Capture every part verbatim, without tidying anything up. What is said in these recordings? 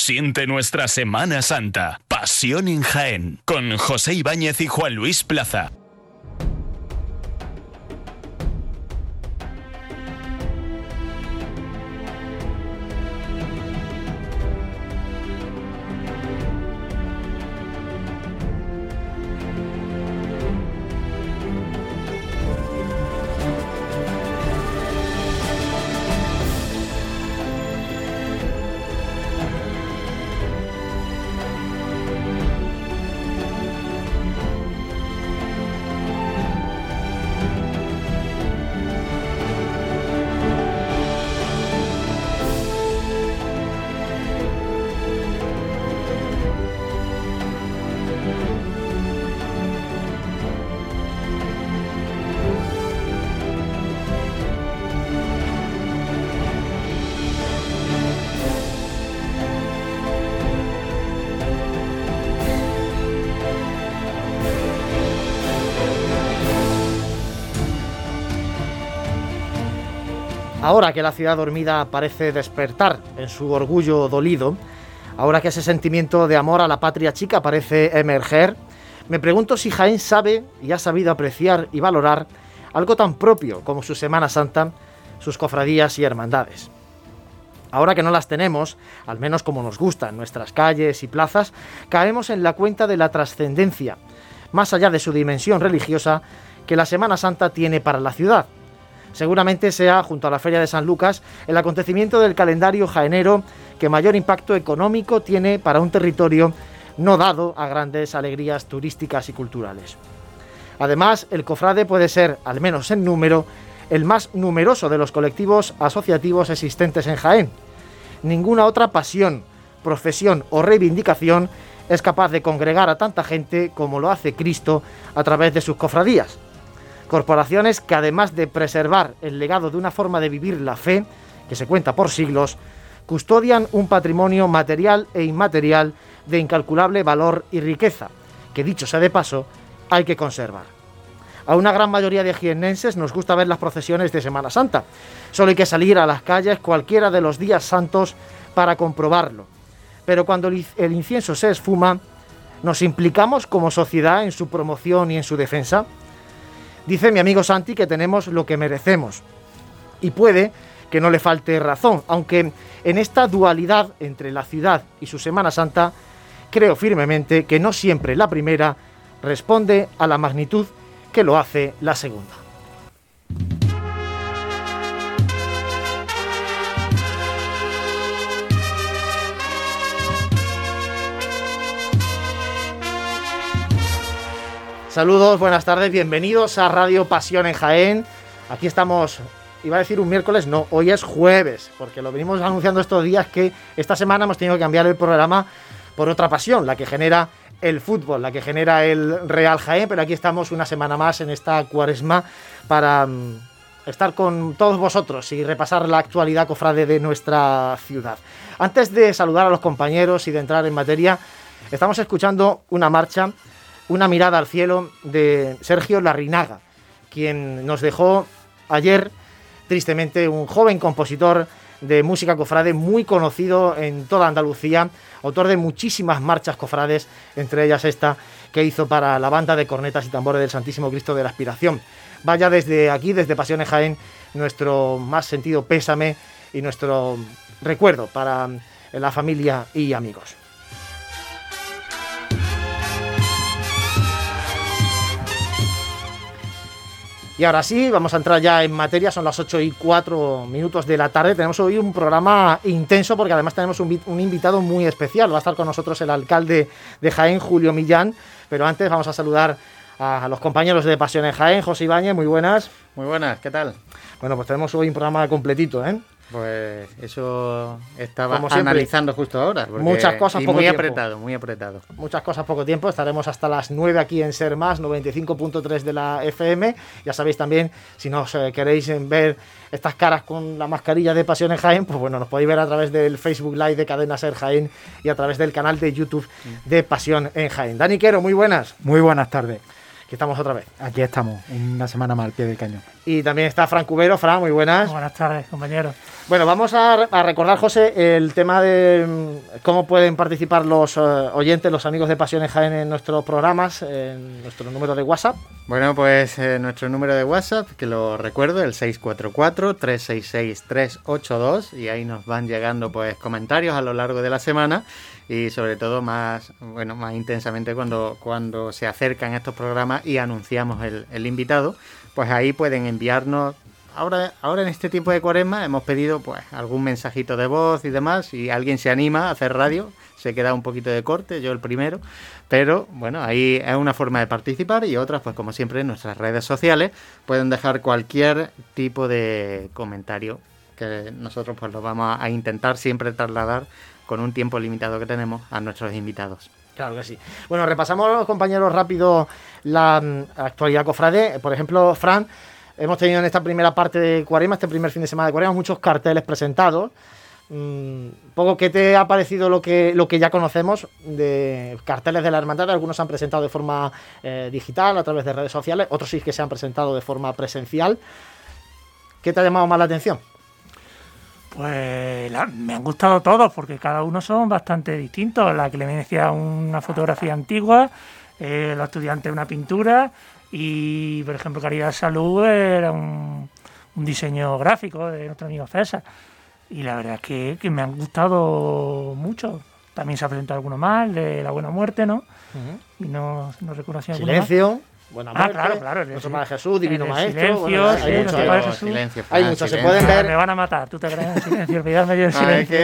Siente nuestra Semana Santa. Pasión en Jaén. Con José Ibáñez y Juan Luis Plaza. Ahora que la ciudad dormida parece despertar en su orgullo dolido, ahora que ese sentimiento de amor a la patria chica parece emerger, me pregunto si Jaén sabe y ha sabido apreciar y valorar algo tan propio como su Semana Santa, sus cofradías y hermandades. Ahora que no las tenemos, al menos como nos gustan, en nuestras calles y plazas, caemos en la cuenta de la trascendencia, más allá de su dimensión religiosa, que la Semana Santa tiene para la ciudad. Seguramente sea, junto a la Feria de San Lucas, el acontecimiento del calendario jaenero que mayor impacto económico tiene para un territorio no dado a grandes alegrías turísticas y culturales. Además, el cofrade puede ser, al menos en número, el más numeroso de los colectivos asociativos existentes en Jaén. Ninguna otra pasión, profesión o reivindicación es capaz de congregar a tanta gente como lo hace Cristo a través de sus cofradías. Corporaciones que, además de preservar el legado de una forma de vivir la fe, que se cuenta por siglos, custodian un patrimonio material e inmaterial de incalculable valor y riqueza, que, dicho sea de paso, hay que conservar. A una gran mayoría de jiennenses nos gusta ver las procesiones de Semana Santa. Solo hay que salir a las calles cualquiera de los días santos para comprobarlo. Pero cuando el incienso se esfuma, ¿nos implicamos como sociedad en su promoción y en su defensa? Dice mi amigo Santi que tenemos lo que merecemos. Y puede que no le falte razón, aunque en esta dualidad entre la ciudad y su Semana Santa, creo firmemente que no siempre la primera responde a la magnitud que lo hace la segunda. Saludos, buenas tardes, bienvenidos a Radio Pasión en Jaén. Aquí estamos, iba a decir un miércoles, no, hoy es jueves, porque lo venimos anunciando estos días que esta semana hemos tenido que cambiar el programa por otra pasión, la que genera el fútbol, la que genera el Real Jaén, pero aquí estamos una semana más en esta cuaresma para um, estar con todos vosotros y repasar la actualidad cofrade de nuestra ciudad. Antes de saludar a los compañeros y de entrar en materia, estamos escuchando una marcha, una mirada al cielo de Sergio Larrinaga, quien nos dejó ayer, tristemente, un joven compositor de música cofrade muy conocido en toda Andalucía, autor de muchísimas marchas cofrades, entre ellas esta que hizo para la banda de cornetas y tambores del Santísimo Cristo de la Aspiración. Vaya desde aquí, desde Pasión en Jaén, nuestro más sentido pésame y nuestro recuerdo para la familia y amigos. Y ahora sí, vamos a entrar ya en materia, son las ocho y cuatro minutos de la tarde. Tenemos hoy un programa intenso porque además tenemos un, un invitado muy especial. Va a estar con nosotros el alcalde de Jaén, Julio Millán, pero antes vamos a saludar a, a los compañeros de Pasión en Jaén. José Ibáñez, muy buenas. Muy buenas, ¿qué tal? Bueno, pues tenemos hoy un programa completito, ¿eh? Pues eso estaba analizando justo ahora. Muchas cosas, y poco muy tiempo. apretado, muy apretado. Muchas cosas, poco tiempo. Estaremos hasta las nueve aquí en Ser Más, noventa y cinco punto tres de la F M. Ya sabéis también, si nos eh, queréis ver estas caras con la mascarilla de Pasión en Jaén, pues bueno, nos podéis ver a través del Facebook Live de Cadena Ser Jaén y a través del canal de YouTube de Pasión en Jaén. Dani Quero, muy buenas. Muy buenas tardes. Aquí estamos otra vez. Aquí estamos, una semana más al pie del cañón. Y también está Fran Cubero. Fran, muy buenas. Buenas tardes, compañeros. Bueno, vamos a, a recordar, José, el tema de mm, cómo pueden participar los uh, oyentes, los amigos de Pasiones Jaén en nuestros programas, en nuestro número de WhatsApp. Bueno, pues eh, nuestro número de WhatsApp, que lo recuerdo, el seis cuatro cuatro, tres seis seis, tres ocho dos, y ahí nos van llegando pues comentarios a lo largo de la semana y sobre todo más, bueno, más intensamente cuando, cuando se acercan estos programas y anunciamos el, el invitado, pues ahí pueden enviarnos. Ahora, ahora en este tiempo de Cuaresma hemos pedido pues algún mensajito de voz y demás. Si alguien se anima a hacer radio, se queda un poquito de corte, yo el primero. Pero bueno, ahí es una forma de participar y otras, pues como siempre, en nuestras redes sociales pueden dejar cualquier tipo de comentario que nosotros pues lo vamos a intentar siempre trasladar con un tiempo limitado que tenemos a nuestros invitados. Claro que sí. Bueno, repasamos, compañeros, rápido la um, actualidad cofrade. Por ejemplo, Fran, hemos tenido en esta primera parte de Cuaresma, este primer fin de semana de Cuaresma, muchos carteles presentados. Un poco, ¿qué te ha parecido lo que lo que ya conocemos de carteles de la hermandad? Algunos se han presentado de forma eh, digital, a través de redes sociales, otros sí que se han presentado de forma presencial. ¿Qué te ha llamado más la atención? Pues la, me han gustado todos, porque cada uno son bastante distintos. La Clemencia, una fotografía antigua, eh, los estudiantes, una pintura, y por ejemplo Caridad de Salud era un, un diseño gráfico de nuestro amigo César. Y la verdad es que, que me han gustado mucho. También se ha presentado alguno más, el de La Buena Muerte, ¿no? Uh-huh. Y no, no recuerdo si alguno Silencio. Más. Buena ah, Muerte, claro, claro. Nuestro Padre Jesús, Divino el Maestro. Silencio, Bueno, sí, hay muchos, Padre hay, Jesús. Silencio, hay muchos, silencio. se pueden ver. Me van a matar, tú te crees en silencio, olvidarme yo el Ah, silencio. es que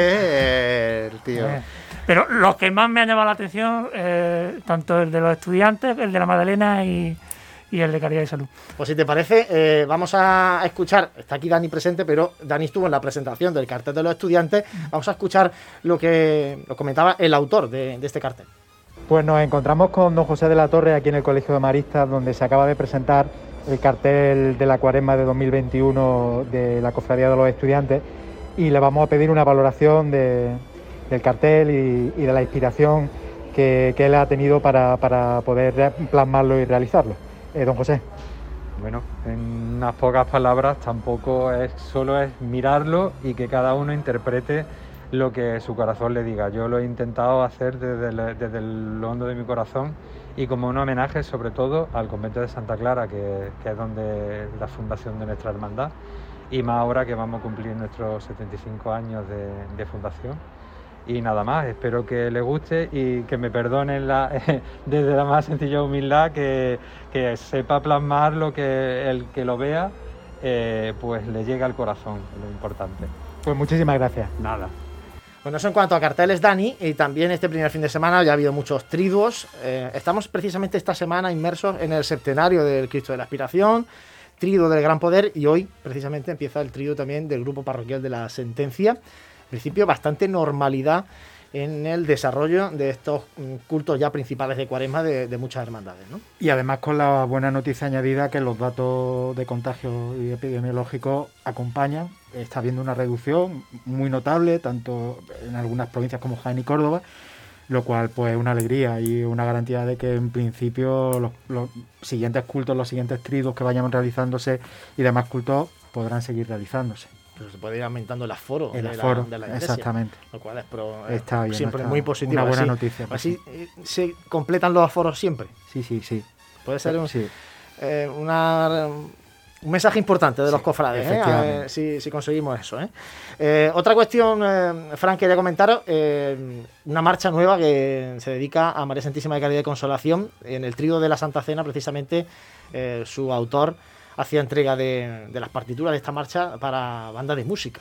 eh, el tío... Eh, Pero los que más me han llamado la atención, eh, tanto el de los estudiantes, el de la Magdalena y, y el de Caridad y Salud. Pues si te parece, eh, vamos a escuchar, está aquí Dani presente, pero Dani estuvo en la presentación del cartel de los estudiantes. Vamos a escuchar lo que lo comentaba el autor de, de este cartel. Pues nos encontramos con don José de la Torre aquí en el Colegio de Maristas, donde se acaba de presentar el cartel de la Cuaresma de dos mil veintiuno de la Cofradía de los Estudiantes, y le vamos a pedir una valoración de, del cartel y, y de la inspiración que, que él ha tenido para, para poder plasmarlo y realizarlo. Eh, don José. Bueno, en unas pocas palabras, tampoco es solo es mirarlo y que cada uno interprete lo que su corazón le diga. Yo lo he intentado hacer desde el, desde el hondo de mi corazón y como un homenaje sobre todo al convento de Santa Clara, que, que es donde la fundación de nuestra hermandad, y más ahora que vamos a cumplir nuestros setenta y cinco años de, de fundación. Y nada más, espero que le guste y que me perdonen la, desde la más sencilla humildad, que, que sepa plasmar lo que el que lo vea, eh, pues le llegue al corazón, lo importante. Pues muchísimas gracias. Nada. Bueno, eso en cuanto a carteles, Dani, y también este primer fin de semana ya ha habido muchos triduos. Eh, estamos precisamente esta semana inmersos en el septenario del Cristo de la Aspiración, triduo del Gran Poder, y hoy precisamente empieza el triduo también del Grupo Parroquial de la Sentencia. En principio, bastante normalidad en el desarrollo de estos cultos ya principales de Cuaresma de, de muchas hermandades, ¿no? Y además con la buena noticia añadida que los datos de contagio y epidemiológicos acompañan. Está habiendo una reducción muy notable, tanto en algunas provincias como Jaén y Córdoba, lo cual pues es una alegría y una garantía de que en principio los, los siguientes cultos, los siguientes triduos que vayan realizándose y demás cultos podrán seguir realizándose. Pero se puede ir aumentando el aforo, el de, aforo la, de la iglesia. Exactamente. Lo cual es pro, está bien, siempre está muy positivo. Una buena así, noticia. Pues así sí. eh, se completan los aforos siempre. Sí, sí, sí. Puede ser un, sí. eh, una, un mensaje importante de los sí, cofrades, ¿eh? A ver, si, si conseguimos eso. ¿eh? Eh, otra cuestión, eh, Fran, quería comentaros, eh, una marcha nueva que se dedica a María Santísima de Caridad y Consolación. En el trío de la Santa Cena, precisamente, eh, su autor hacía entrega de, de las partituras de esta marcha para banda de música.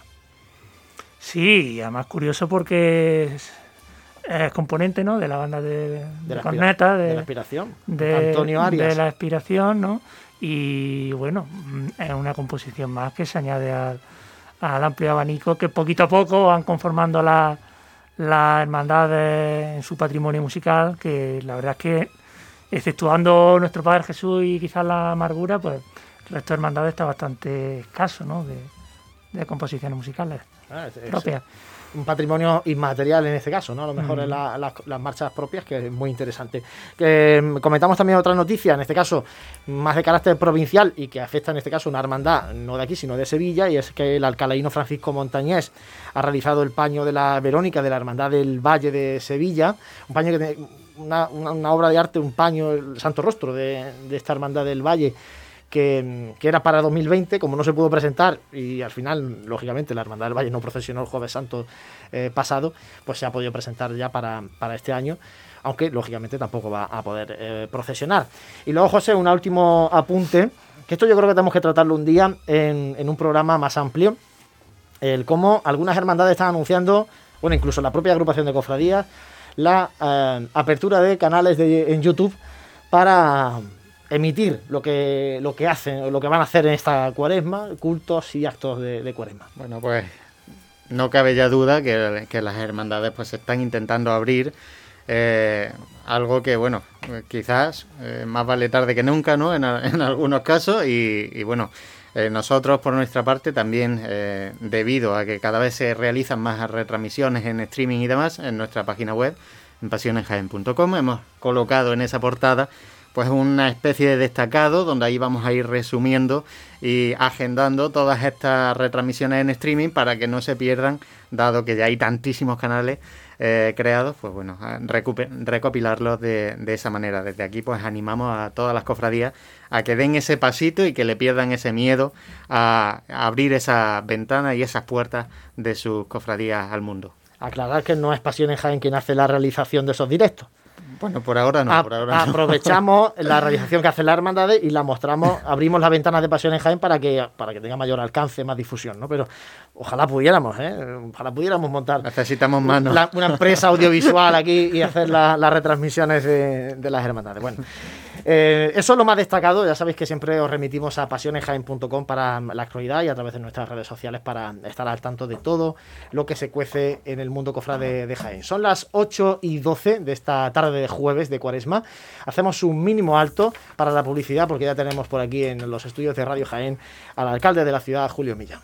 Sí, además curioso porque es, es componente, ¿no?, de la banda de, de, de la corneta, de, de la Aspiración, de Antonio Arias. De la Aspiración, ¿no? Y bueno, es una composición más que se añade al, al amplio abanico que poquito a poco van conformando las la hermandades en su patrimonio musical, que la verdad es que, exceptuando nuestro Padre Jesús y quizás la Amargura, pues el resto de hermandades está bastante escaso, ¿no?, de, de composiciones musicales. Ah, es, es propia. un patrimonio inmaterial en este caso, ¿no? A lo mejor Mm. es la, la, las marchas propias, que es muy interesante. Que, comentamos también otra noticia, en este caso más de carácter provincial y que afecta en este caso una hermandad, no de aquí, sino de Sevilla, y es que el alcalaíno Francisco Montañés ha realizado el paño de la Verónica de la Hermandad del Valle de Sevilla, un paño que tiene una, una, una obra de arte, un paño, el Santo Rostro de, de esta Hermandad del Valle, Que, que era para dos mil veinte, como no se pudo presentar y al final, lógicamente, la Hermandad del Valle no procesionó el Jueves Santo eh, pasado, pues se ha podido presentar ya para, para este año, aunque lógicamente tampoco va a poder eh, procesionar. Y luego, José, un último apunte, que esto yo creo que tenemos que tratarlo un día en, en un programa más amplio, el cómo algunas hermandades están anunciando, bueno, incluso la propia agrupación de cofradías, la eh, apertura de canales de, en YouTube para emitir lo que lo que hacen, lo que van a hacer en esta cuaresma, cultos y actos de, de cuaresma. Bueno, pues no cabe ya duda que, que las hermandades pues están intentando abrir eh, algo que, bueno, quizás eh, más vale tarde que nunca, ¿no? En, en algunos casos y, y bueno, eh, nosotros por nuestra parte también, eh, debido a que cada vez se realizan más retransmisiones en streaming y demás, en nuestra página web, en pasiones jaén punto com, hemos colocado en esa portada pues una especie de destacado donde ahí vamos a ir resumiendo y agendando todas estas retransmisiones en streaming para que no se pierdan, dado que ya hay tantísimos canales eh, creados, pues bueno, recopilarlos de, de esa manera. Desde aquí pues animamos a todas las cofradías a que den ese pasito y que le pierdan ese miedo a, a abrir esas ventanas y esas puertas de sus cofradías al mundo. Aclarar que no es Pasiones Jaén quien hace la realización de esos directos. Bueno, por ahora no, A, por ahora no. Aprovechamos la realización que hace la hermandad y la mostramos, abrimos las ventanas de Pasiones Jaén para que para que tenga mayor alcance, más difusión, ¿no? Pero ojalá pudiéramos, ¿eh? Ojalá pudiéramos montar Necesitamos manos. La, una empresa audiovisual aquí y hacer la, las retransmisiones de, de las hermandades. Bueno, eh, eso es lo más destacado. Ya sabéis que siempre os remitimos a pasiones jaén punto com para la actualidad y a través de nuestras redes sociales para estar al tanto de todo lo que se cuece en el mundo cofrade de Jaén. Son las ocho y doce de esta tarde de jueves de Cuaresma. Hacemos un mínimo alto para la publicidad porque ya tenemos por aquí en los estudios de Radio Jaén al alcalde de la ciudad, Julio Millán.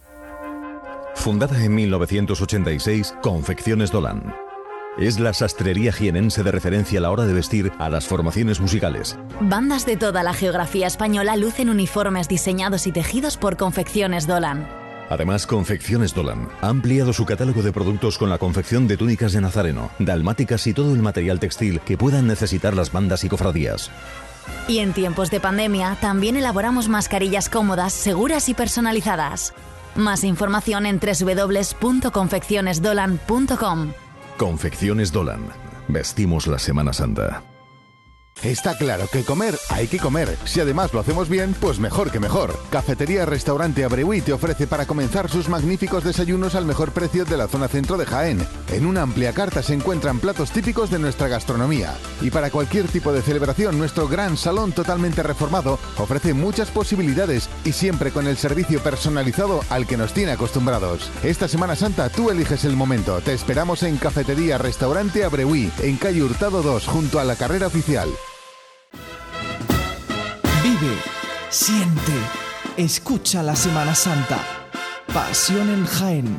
Fundada en mil novecientos ochenta y seis, Confecciones Dolan. Es la sastrería jienense de referencia a la hora de vestir a las formaciones musicales. Bandas de toda la geografía española lucen uniformes diseñados y tejidos por Confecciones Dolan. Además, Confecciones Dolan ha ampliado su catálogo de productos con la confección de túnicas de nazareno, dalmáticas y todo el material textil que puedan necesitar las bandas y cofradías. Y en tiempos de pandemia, también elaboramos mascarillas cómodas, seguras y personalizadas. Más información en doble u doble u doble u punto confecciones dolan punto com. Confecciones Dolan. Vestimos la Semana Santa. Está claro que comer hay que comer. Si además lo hacemos bien, pues mejor que mejor. Cafetería Restaurante Abreuí te ofrece para comenzar sus magníficos desayunos al mejor precio de la zona centro de Jaén. En una amplia carta se encuentran platos típicos de nuestra gastronomía. Y para cualquier tipo de celebración, nuestro gran salón totalmente reformado ofrece muchas posibilidades y siempre con el servicio personalizado al que nos tiene acostumbrados. Esta Semana Santa tú eliges el momento. Te esperamos en Cafetería Restaurante Abreuí, en calle Hurtado dos, junto a la carrera oficial. Vive, siente, escucha la Semana Santa. Pasión en Jaén.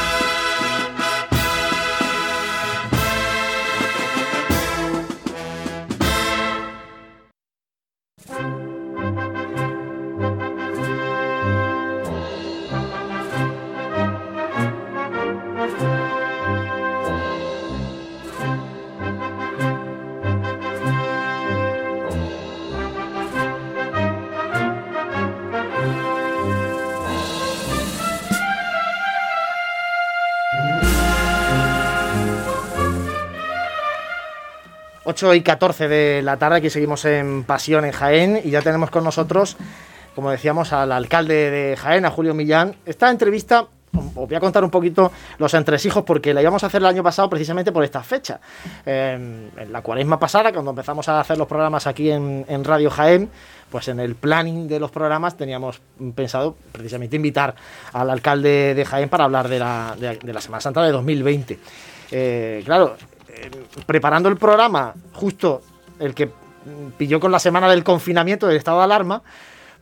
ocho y catorce de la tarde, aquí seguimos en Pasión en Jaén y ya tenemos con nosotros, como decíamos, al alcalde de Jaén, a Julio Millán. Esta entrevista os voy a contar un poquito los entresijos porque la íbamos a hacer el año pasado precisamente por esta fecha. Eh, en la cuaresma pasada, cuando empezamos a hacer los programas aquí en, en Radio Jaén, pues en el planning de los programas teníamos pensado precisamente invitar al alcalde de Jaén para hablar de la, de, de la Semana Santa de dos mil veinte. Eh, claro, eh, preparando el programa, justo el que pilló con la semana del confinamiento, del estado de alarma,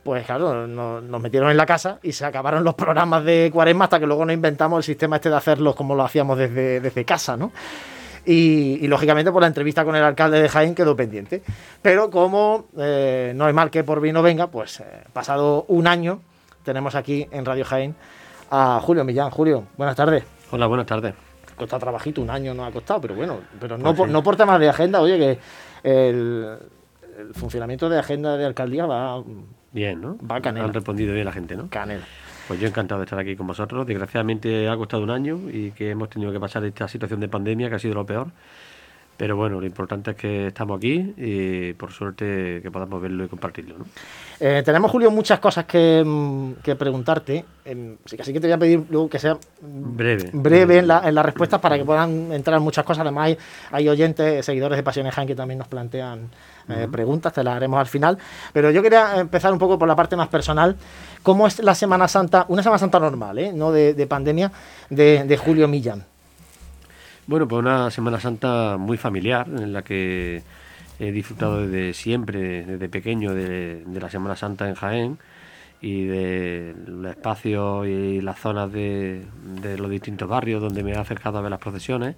pues claro, nos, nos metieron en la casa y se acabaron los programas de Cuaresma hasta que luego nos inventamos el sistema este de hacerlos como lo hacíamos desde, desde casa, ¿no? Y, y lógicamente por la entrevista con el alcalde de Jaén quedó pendiente. Pero como eh, no hay mal que por bien no venga, pues eh, pasado un año tenemos aquí en Radio Jaén a Julio Millán. Julio, buenas tardes. Hola, buenas tardes. Costado trabajito, un año no ha costado, pero bueno, pero no, Pues por, sí. no por temas de agenda, oye, que el, el funcionamiento de agenda de alcaldía va Bien, ¿no? Va canela. Han respondido bien la gente, ¿no? Canela. Pues yo encantado de estar aquí con vosotros. Desgraciadamente ha costado un año y que hemos tenido que pasar esta situación de pandemia que ha sido lo peor. Pero bueno, lo importante es que estamos aquí y por suerte que podamos verlo y compartirlo, ¿no? Eh, tenemos, Julio, muchas cosas que, que preguntarte. Eh, así que te voy a pedir luego que sea breve, breve en, la, en las respuestas para que puedan entrar muchas cosas. Además, hay, hay oyentes, seguidores de Pasión en Jaén que también nos plantean eh, uh-huh. preguntas, te las haremos al final. Pero yo quería empezar un poco por la parte más personal. ¿Cómo es la Semana Santa, una Semana Santa normal, eh, no de, de pandemia, de, de Julio Millán? Bueno, pues una Semana Santa muy familiar, en la que he disfrutado desde siempre, desde pequeño, de, de la Semana Santa en Jaén y de los espacios y las zonas de, de los distintos barrios donde me he acercado a ver las procesiones.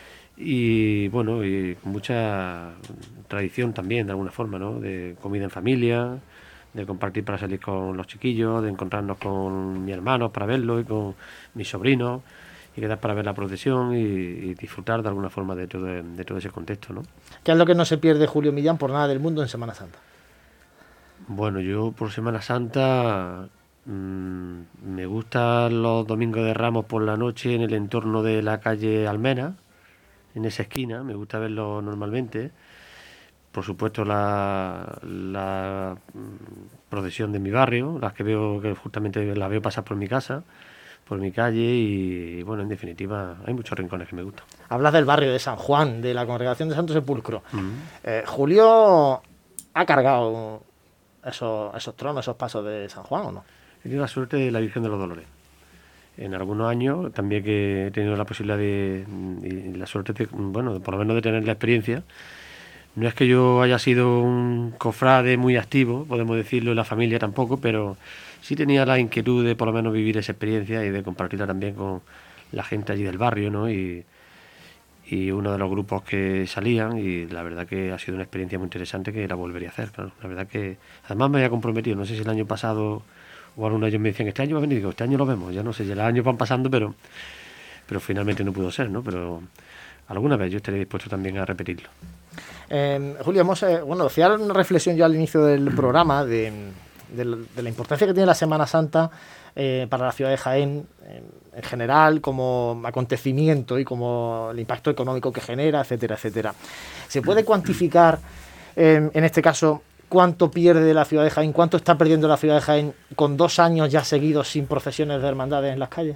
Y bueno, y con mucha tradición también, de alguna forma, ¿no? De comida en familia, de compartir para salir con los chiquillos, de encontrarnos con mis hermanos para verlo y con mis sobrinos. Y quedar para ver la procesión y, y disfrutar de alguna forma de todo, de todo ese contexto, ¿no? ¿Qué es lo que no se pierde Julio Millán por nada del mundo en Semana Santa? Bueno, yo por Semana Santa mmm, me gustan los domingos de Ramos por la noche en el entorno de la calle Almena, en esa esquina, me gusta verlo normalmente. Por supuesto la, la procesión de mi barrio, las que veo que justamente las veo pasar por mi casa, por mi calle y, bueno, en definitiva, hay muchos rincones que me gustan. Hablas del barrio de San Juan, de la Congregación de Santo Sepulcro. Uh-huh. Eh, Julio ha cargado esos, esos tronos, esos pasos de San Juan, ¿o no? He tenido la suerte de la Virgen de los Dolores. En algunos años también que he tenido la posibilidad de, y la suerte de, bueno, por lo menos de tener la experiencia. No es que yo haya sido un cofrade muy activo, podemos decirlo, en la familia tampoco, pero sí tenía la inquietud de por lo menos vivir esa experiencia y de compartirla también con la gente allí del barrio, ¿no? Y, y uno de los grupos que salían, y la verdad que ha sido una experiencia muy interesante que la volvería a hacer, claro. La verdad que además me había comprometido, no sé si el año pasado o algunos ellos me decían, este año va a venir, digo, este año lo vemos, ya no sé, ya los años van pasando, pero, pero finalmente no pudo ser, ¿no? Pero alguna vez yo estaré dispuesto también a repetirlo. Eh, Julio, hemos, eh, bueno, hacía una reflexión yo al inicio del programa de, de, de la importancia que tiene la Semana Santa eh, para la ciudad de Jaén eh, en general, como acontecimiento y como el impacto económico que genera, etcétera, etcétera. ¿Se puede cuantificar, eh, en este caso, cuánto pierde la ciudad de Jaén, cuánto está perdiendo la ciudad de Jaén con dos años ya seguidos sin procesiones de hermandades en las calles?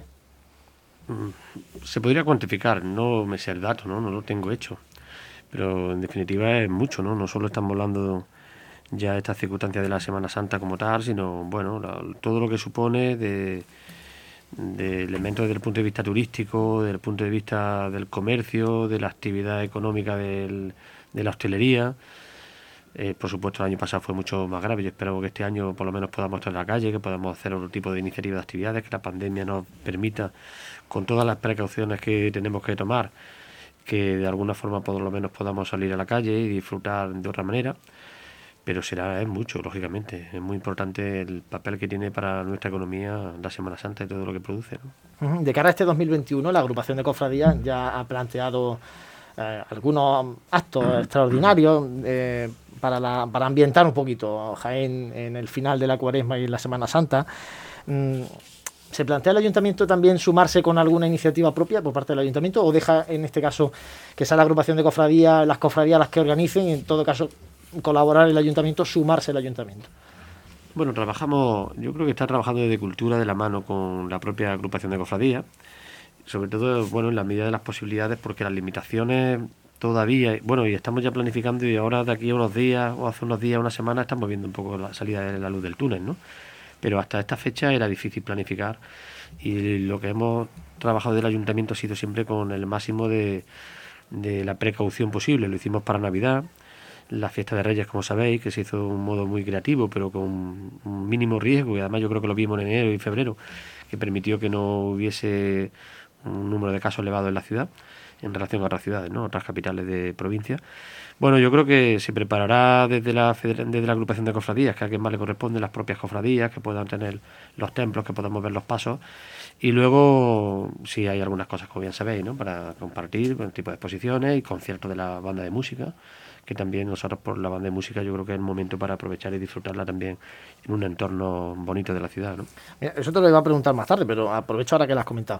Se podría cuantificar, no me sé el dato, no, no lo tengo hecho. Pero en definitiva es mucho, ¿no? No solo estamos hablando ya de estas circunstancias de la Semana Santa como tal, sino, bueno, la, todo lo que supone de, de elementos desde el punto de vista turístico, desde el punto de vista del comercio, de la actividad económica del, de la hostelería. Eh, por supuesto, el año pasado fue mucho más grave. Yo espero que este año por lo menos podamos estar en la calle, que podamos hacer otro tipo de iniciativas de actividades, que la pandemia nos permita, con todas las precauciones que tenemos que tomar, que de alguna forma por lo menos podamos salir a la calle y disfrutar de otra manera, pero será es mucho, lógicamente. Es muy importante el papel que tiene para nuestra economía la Semana Santa y todo lo que produce, ¿no? De cara a este dos mil veintiuno, la agrupación de cofradías ya ha planteado eh, algunos actos extraordinarios eh, para, la, para ambientar un poquito Jaén en el final de la Cuaresma y la Semana Santa. Mm, ¿Se plantea el ayuntamiento también sumarse con alguna iniciativa propia por parte del ayuntamiento o deja en este caso que sea la agrupación de cofradías, las cofradías las que organicen y en todo caso colaborar el ayuntamiento, sumarse el ayuntamiento? Bueno, trabajamos, yo creo que está trabajando desde Cultura de la mano con la propia agrupación de cofradías, sobre todo, bueno, en la medida de las posibilidades, porque las limitaciones todavía, bueno, y estamos ya planificando y ahora de aquí a unos días o hace unos días, una semana, estamos viendo un poco la salida de la luz del túnel, ¿no? Pero hasta esta fecha era difícil planificar y lo que hemos trabajado del ayuntamiento ha sido siempre con el máximo de, de la precaución posible. Lo hicimos para Navidad, la fiesta de Reyes, como sabéis, que se hizo de un modo muy creativo, pero con un mínimo riesgo, y además yo creo que lo vimos en enero y febrero, que permitió que no hubiese un número de casos elevado en la ciudad, en relación a otras ciudades, ¿no? Otras capitales de provincia. Bueno, yo creo que se preparará desde la desde la agrupación de cofradías, que a quien más le corresponde, las propias cofradías, que puedan tener los templos, que podamos ver los pasos, y luego sí hay algunas cosas, como bien sabéis, ¿no? Para compartir, un tipo de exposiciones y conciertos de la banda de música, que también nosotros por la banda de música yo creo que es el momento para aprovechar y disfrutarla también en un entorno bonito de la ciudad, ¿no? Mira, eso te lo iba a preguntar más tarde, pero aprovecho ahora que lo has comentado.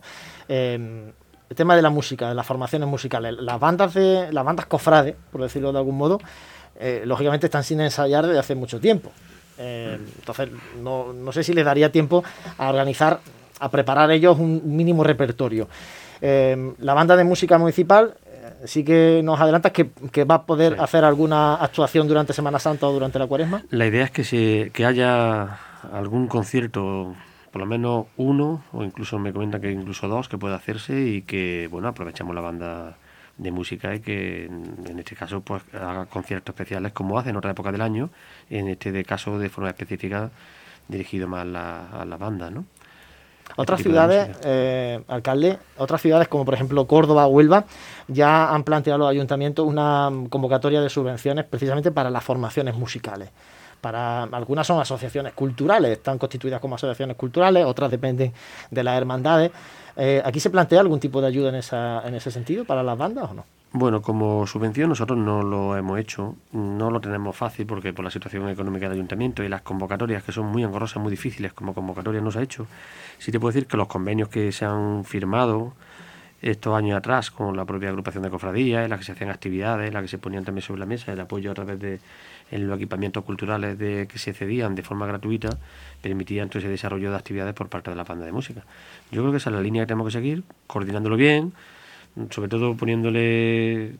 Eh, el tema de la música, de las formaciones musicales, las bandas de las bandas cofrades, por decirlo de algún modo, eh, lógicamente están sin ensayar desde hace mucho tiempo. Eh, entonces, no, no sé si les daría tiempo a organizar, a preparar ellos un mínimo repertorio. Eh, la banda de música municipal eh, sí que nos adelantas que, que va a poder sí. hacer alguna actuación durante Semana Santa o durante la Cuaresma. La idea es que, se, que haya algún concierto, por lo menos uno, o incluso me comentan que incluso dos, que pueda hacerse, y que, bueno, aprovechamos la banda de música y que en este caso pues haga conciertos especiales como hace en otra época del año, en este de caso de forma específica dirigido más a la, a la banda, ¿no? Otras este ciudades, eh, alcalde, otras ciudades como por ejemplo Córdoba o Huelva ya han planteado los ayuntamientos una convocatoria de subvenciones precisamente para las formaciones musicales. Para algunas son asociaciones culturales, están constituidas como asociaciones culturales, otras dependen de las hermandades. Eh, ¿Aquí se plantea algún tipo de ayuda en, esa, en ese sentido para las bandas o no? Bueno, como subvención nosotros no lo hemos hecho, no lo tenemos fácil porque por la situación económica del ayuntamiento y las convocatorias que son muy engorrosas, muy difíciles, como convocatoria no se ha hecho. Sí te puedo decir que los convenios que se han firmado estos años atrás con la propia agrupación de cofradías, en las que se hacían actividades, en las que se ponían también sobre la mesa el apoyo a través de en los equipamientos culturales de que se cedían de forma gratuita, permitía entonces el desarrollo de actividades por parte de la banda de música. Yo creo que esa es la línea que tenemos que seguir, coordinándolo bien, sobre todo poniéndole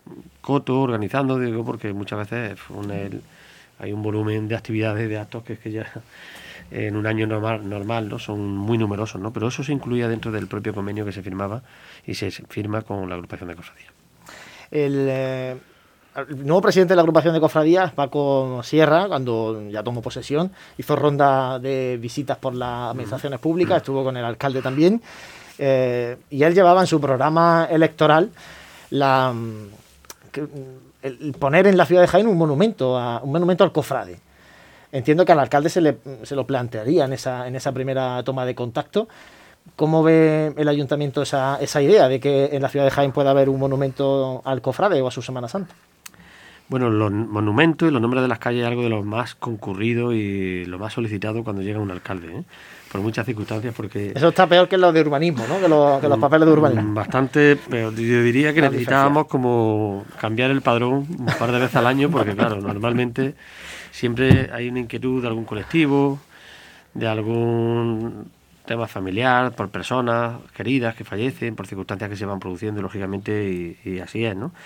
coto, organizando, digo, porque muchas veces un, el, hay un volumen de actividades, de actos que es que ya en un año normal, normal ¿no? Son muy numerosos, ¿no? Pero eso se incluía dentro del propio convenio que se firmaba y se firma con la agrupación de cofradías. El, eh, el nuevo presidente de la agrupación de cofradías, Paco Sierra, cuando ya tomó posesión, hizo ronda de visitas por las administraciones públicas, estuvo con el alcalde también, eh, y él llevaba en su programa electoral la que, el poner en la ciudad de Jaén un monumento, a, un monumento al cofrade. Entiendo que al alcalde se, le, se lo plantearía en esa, en esa primera toma de contacto. ¿Cómo ve el ayuntamiento esa, esa idea de que en la ciudad de Jaén pueda haber un monumento al cofrade o a su Semana Santa? Bueno, los monumentos y los nombres de las calles es algo de lo más concurrido y lo más solicitado cuando llega un alcalde, ¿eh? Por muchas circunstancias, porque... Eso está peor que lo de urbanismo, ¿no? Que, lo, que los papeles de urbanismo. Bastante, pero yo diría que necesitábamos como cambiar el padrón un par de veces al año, porque claro, normalmente siempre hay una inquietud de algún colectivo, de algún tema familiar, por personas queridas que fallecen, por circunstancias que se van produciendo, lógicamente, y, y así es, ¿no?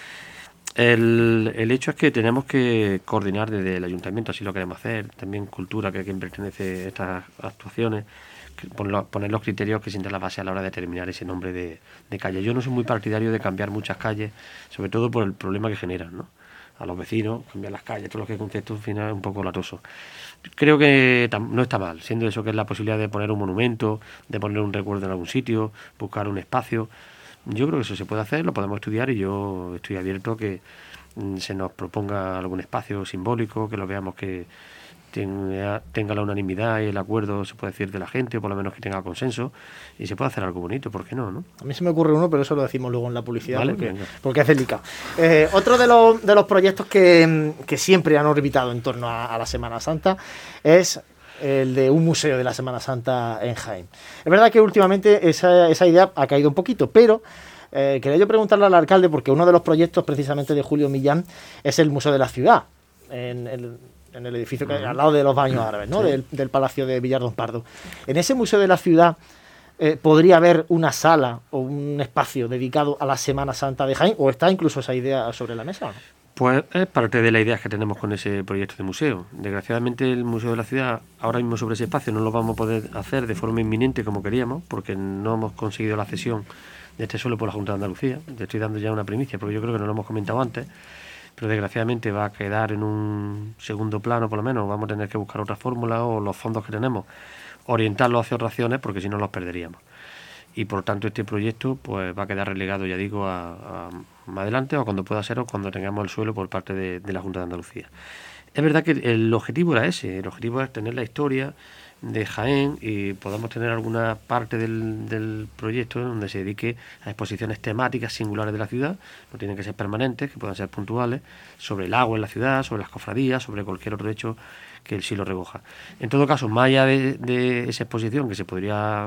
El, el hecho es que tenemos que coordinar desde el ayuntamiento, así lo queremos hacer, también cultura, que a quien pertenece a estas actuaciones, que poner, poner los criterios que sienten la base a la hora de determinar ese nombre de, de calle. Yo no soy muy partidario de cambiar muchas calles, sobre todo por el problema que generan, ¿no? A los vecinos, cambiar las calles, todo lo que es concepto al final es un poco latoso. Creo que no está mal, siendo eso que es la posibilidad de poner un monumento, de poner un recuerdo en algún sitio, buscar un espacio. Yo creo que eso se puede hacer, lo podemos estudiar y yo estoy abierto a que mm, se nos proponga algún espacio simbólico, que lo veamos que tenga, tenga la unanimidad y el acuerdo, se puede decir, de la gente, o por lo menos que tenga consenso, y se puede hacer algo bonito, ¿por qué no? ¿no? A mí se me ocurre uno, pero eso lo decimos luego en la publicidad, ¿vale? porque, porque es delicado. Eh, otro de los, de los proyectos que, que siempre han orbitado en torno a, a la Semana Santa es el de un museo de la Semana Santa en Jaén. Es verdad que últimamente esa, esa idea ha caído un poquito, pero eh, quería yo preguntarle al alcalde, porque uno de los proyectos precisamente de Julio Millán es el Museo de la Ciudad, en el, en el edificio que hay al lado de los baños árabes, ¿no? Sí. del, del Palacio de Villardón Pardo. En ese Museo de la Ciudad eh, ¿podría haber una sala o un espacio dedicado a la Semana Santa de Jaén? ¿O está incluso esa idea sobre la mesa o no? Pues es parte de las ideas que tenemos con ese proyecto de museo. Desgraciadamente el Museo de la Ciudad, ahora mismo sobre ese espacio, no lo vamos a poder hacer de forma inminente como queríamos, porque no hemos conseguido la cesión de este suelo por la Junta de Andalucía. Te estoy dando ya una primicia, porque yo creo que no lo hemos comentado antes. pero desgraciadamente va a quedar en un segundo plano, por lo menos vamos a tener que buscar otra fórmula o los fondos que tenemos, orientarlos hacia otras acciones, porque si no los perderíamos. Y por tanto este proyecto pues va a quedar relegado, ya digo, a, a más adelante o cuando pueda ser o cuando tengamos el suelo por parte de, de la Junta de Andalucía. Es verdad que el objetivo era ese, el objetivo es tener la historia de Jaén y podamos tener alguna parte del, del proyecto donde se dedique a exposiciones temáticas singulares de la ciudad, no tienen que ser permanentes, que puedan ser puntuales, sobre el agua en la ciudad, sobre las cofradías, sobre cualquier otro hecho que el siglo recoja. En todo caso, más allá de, de esa exposición que se podría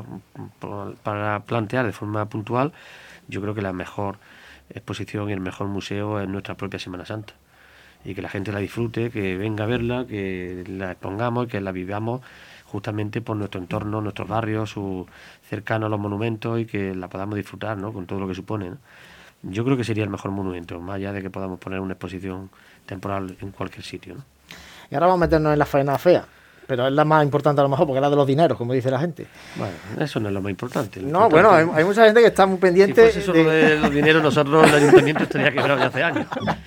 para plantear de forma puntual, yo creo que la mejor exposición y el mejor museo es nuestra propia Semana Santa. Y que la gente la disfrute, que venga a verla, que la expongamos y que la vivamos justamente por nuestro entorno, nuestros barrios, su, cercano a los monumentos y que la podamos disfrutar, ¿no?, con todo lo que supone, ¿no? Yo creo que sería el mejor monumento, más allá de que podamos poner una exposición temporal en cualquier sitio, ¿no? Y ahora vamos a meternos en la faena fea, pero es la más importante a lo mejor porque es la de los dineros, como dice la gente. Bueno, eso no es lo más importante. Lo no, importante bueno, hay, hay mucha gente que está muy pendiente. Si fuese solo de, de los dineros, nosotros, el ayuntamiento estaría quebrado ya hace años.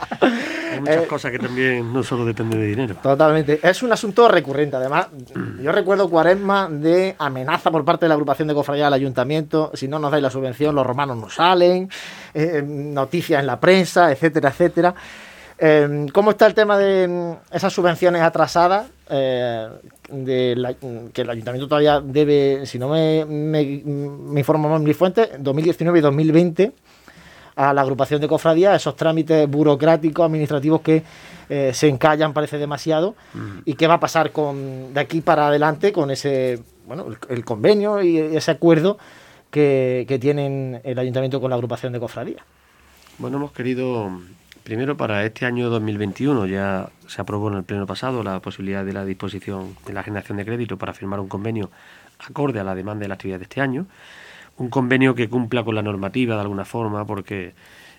Hay muchas eh, cosas que también no solo dependen de dinero. Totalmente. Es un asunto recurrente. Además, yo recuerdo cuaresma de amenaza por parte de la agrupación de cofradías al ayuntamiento. Si no nos dais la subvención, los romanos no salen. Eh, noticias en la prensa, etcétera, etcétera. Eh, ¿Cómo está el tema de esas subvenciones atrasadas? Eh, de la, que el ayuntamiento todavía debe, si no me, me, me informo mal mi fuente, dos mil diecinueve y dos mil veinte a la agrupación de cofradías, esos trámites burocráticos, administrativos que eh, se encallan, parece demasiado. Mm. ¿Y qué va a pasar con de aquí para adelante con ese, bueno, el, el convenio y ese acuerdo que, que tienen el ayuntamiento con la agrupación de cofradías? Bueno, hemos querido, primero para este año dos mil veintiuno, ya se aprobó en el pleno pasado la posibilidad de la disposición de la generación de crédito para firmar un convenio acorde a la demanda de la actividad de este año. Un convenio que cumpla con la normativa de alguna forma, porque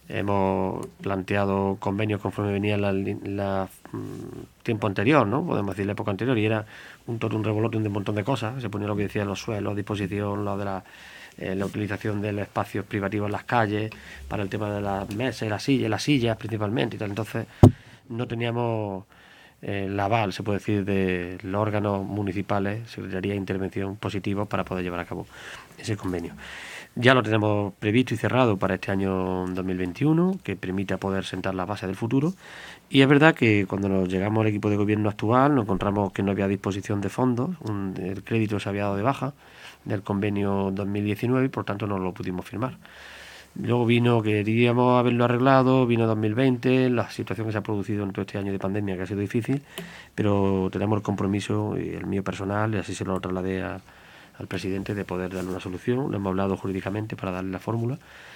hemos planteado convenios conforme venía la, la mm, tiempo anterior, ¿no? Podemos decir la época anterior, y era un todo un revolote de un montón de cosas. Se ponía lo que decían los suelos, disposición, lo de la, eh, la utilización de los espacios privativos en las calles, para el tema de las mesas y las sillas, las sillas principalmente y tal. Entonces no teníamos eh, el aval, se puede decir, de los órganos municipales, Secretaría de Intervención positivos para poder llevar a cabo ese convenio. Ya lo tenemos previsto y cerrado para este año dos mil veintiuno, que permita poder sentar las bases del futuro. Y es verdad que cuando nos llegamos al equipo de gobierno actual nos encontramos que no había disposición de fondos, un, el crédito se había dado de baja del convenio dos mil diecinueve y por tanto no lo pudimos firmar. Luego vino, queríamos haberlo arreglado, vino dos mil veinte, la situación que se ha producido en todo este año de pandemia, que ha sido difícil, pero tenemos el compromiso, y el mío personal, y así se lo trasladé a al presidente, de poder darle una solución. Lo hemos hablado jurídicamente para darle la fórmula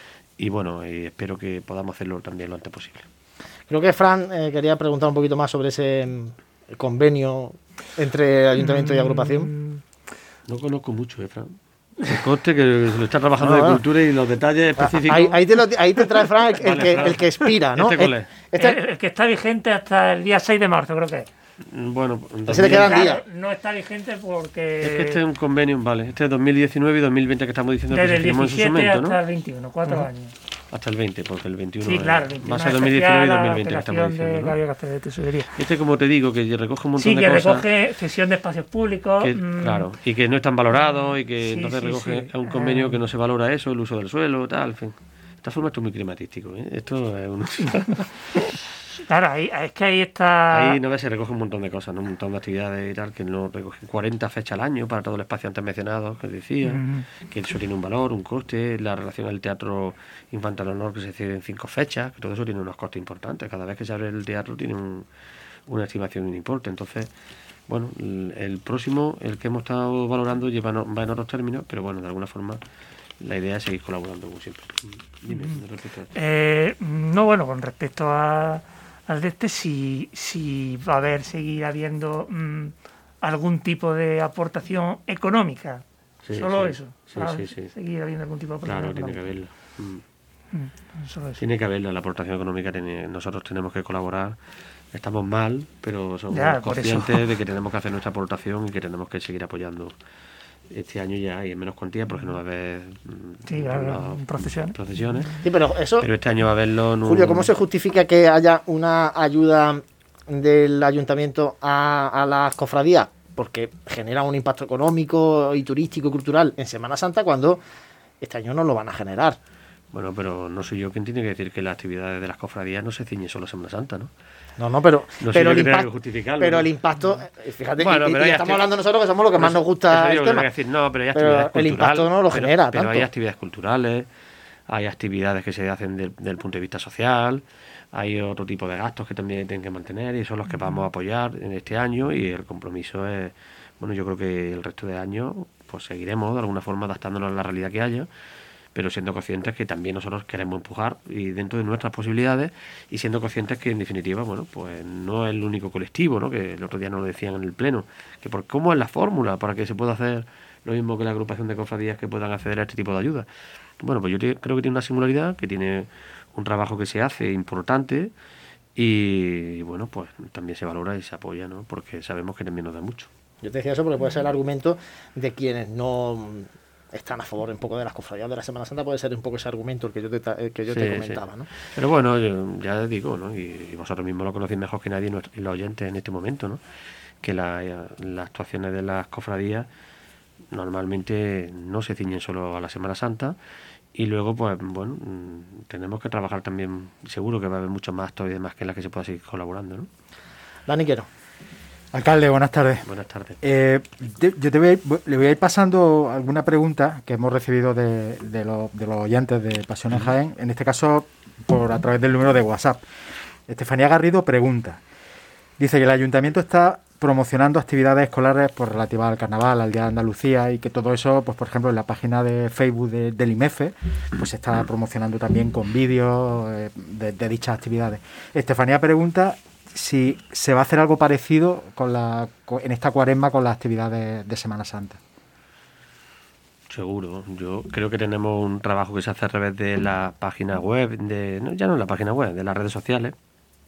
y bueno, y espero que podamos hacerlo también lo antes posible. Creo que Fran eh, quería preguntar un poquito más sobre ese mm, convenio entre ayuntamiento mm, y agrupación. No conozco mucho, ¿eh, Fran? Me conste que se lo está trabajando no, de cultura y los detalles específicos. Ahí, ahí, te, lo, ahí te trae Fran el, vale, el, que, Fran. el que expira, ¿no? ¿Este el, este... El, el que está vigente hasta el día seis de marzo, creo que es. Bueno, se le quedan días. No está vigente porque... Es que este es un convenio, vale, este es dos mil diecinueve y dos mil veinte que estamos diciendo desde que se firmó en su momento, hasta ¿no? Hasta el veintiuno, cuatro uh-huh. años. Hasta el veinte, porque el veintiuno... Sí, claro, el veintiuno. Va a ser dos mil diecinueve y dos mil veinte que estamos diciendo, ¿no? Este, como te digo, que recoge un montón sí, de que cosas... Sí, que recoge cesión de espacios públicos... Que, mmm, claro, y que no están valorados y que sí, entonces sí, recoge sí. un convenio uh, que no se valora eso, el uso del suelo, tal, en fin. De esta forma esto es muy climatístico, ¿eh? Esto es un... Claro, ahí, es que ahí está... Ahí no ves, se recoge un montón de cosas, ¿no? Un montón de actividades y tal, que no recogen cuarenta fechas al año para todo el espacio antes mencionado, que decía, uh-huh. que eso tiene un valor, un coste, la relación al teatro Infantil Honor que se hace en cinco fechas, que todo eso tiene unos costes importantes. Cada vez que se abre el teatro tiene un, una estimación y un importe. Entonces, bueno, el, el próximo, el que hemos estado valorando, lleva no, va en otros términos, pero bueno, de alguna forma... La idea es seguir colaborando como siempre. Dime, uh-huh. respecto a esto. Eh, no, bueno, con respecto a... al de este, si, si va a haber, seguir habiendo mmm, algún tipo de aportación económica. Sí, Solo sí, eso. Sí, sí, sí. Seguir habiendo algún tipo de aportación Claro, económica. tiene que haberla. Mm. Mm, solo eso. Tiene que haberla, la aportación económica. Tiene, nosotros tenemos que colaborar. Estamos mal, pero somos ya, conscientes de que tenemos que hacer nuestra aportación y que tenemos que seguir apoyando Este año ya hay en menos cuantía porque no va a haber sí, claro, procesiones. procesiones. Sí, pero eso. Pero este año va a haberlo en un... Julio, ¿cómo se justifica que haya una ayuda del ayuntamiento a, a las cofradías? Porque genera un impacto económico y turístico y cultural en Semana Santa cuando este año no lo van a generar. Bueno, pero no soy yo quien tiene que decir que las actividades de las cofradías no se ciñen solo a Semana Santa, ¿no? No, no, pero, no pero, el, que impacto, pero ¿no? el impacto, fíjate, bueno, y, y estamos hablando nosotros que somos los que más eso, nos gusta el tema. Decir, no, pero hay pero actividades el impacto no lo pero, genera pero tanto. hay actividades culturales, hay actividades que se hacen de, del punto de vista social, hay otro tipo de gastos que también tienen que mantener y son los que vamos a apoyar en este año y el compromiso es, bueno, yo creo que el resto de años pues seguiremos de alguna forma adaptándonos a la realidad que haya, pero siendo conscientes que también nosotros queremos empujar y dentro de nuestras posibilidades y siendo conscientes que en definitiva, bueno, pues no es el único colectivo, ¿no? Que el otro día nos lo decían en el pleno, que por cómo es la fórmula para que se pueda hacer lo mismo que la agrupación de cofradías que puedan acceder a este tipo de ayuda. Bueno, pues yo te, creo que tiene una singularidad, que tiene un trabajo que se hace importante y, y bueno, pues también se valora y se apoya, ¿no? Porque sabemos que también nos da mucho. Yo te decía eso porque puede ser el argumento de quienes no están a favor un poco de las cofradías de la Semana Santa, puede ser un poco ese argumento el que yo te, el que yo sí, te comentaba, sí. ¿no? Pero bueno, yo, ya digo, ¿no? Y, y vosotros mismos lo conocéis mejor que nadie, y los oyentes en este momento, ¿no? Que la, las actuaciones de las cofradías normalmente no se ciñen solo a la Semana Santa y luego, pues bueno, tenemos que trabajar también, seguro que va a haber muchos más actos y demás que en las que se pueda seguir colaborando, ¿no? Dani Quero. Alcalde, buenas tardes. Buenas tardes. Eh, te, yo te voy a ir, le voy a ir pasando alguna pregunta que hemos recibido de, de, lo, de los oyentes de Pasión en Jaén, en este caso por a través del número de WhatsApp. Estefanía Garrido pregunta, dice que el ayuntamiento está promocionando actividades escolares pues, relativas al carnaval, al Día de Andalucía y que todo eso, pues por ejemplo en la página de Facebook de, del I M E F E, pues se está promocionando también con vídeos eh, de, de dichas actividades. Estefanía pregunta si se va a hacer algo parecido con la en esta cuaresma con las actividades de Semana Santa. Seguro, yo creo que tenemos un trabajo que se hace a través de la página web, de no, ya no la página web, de las redes sociales,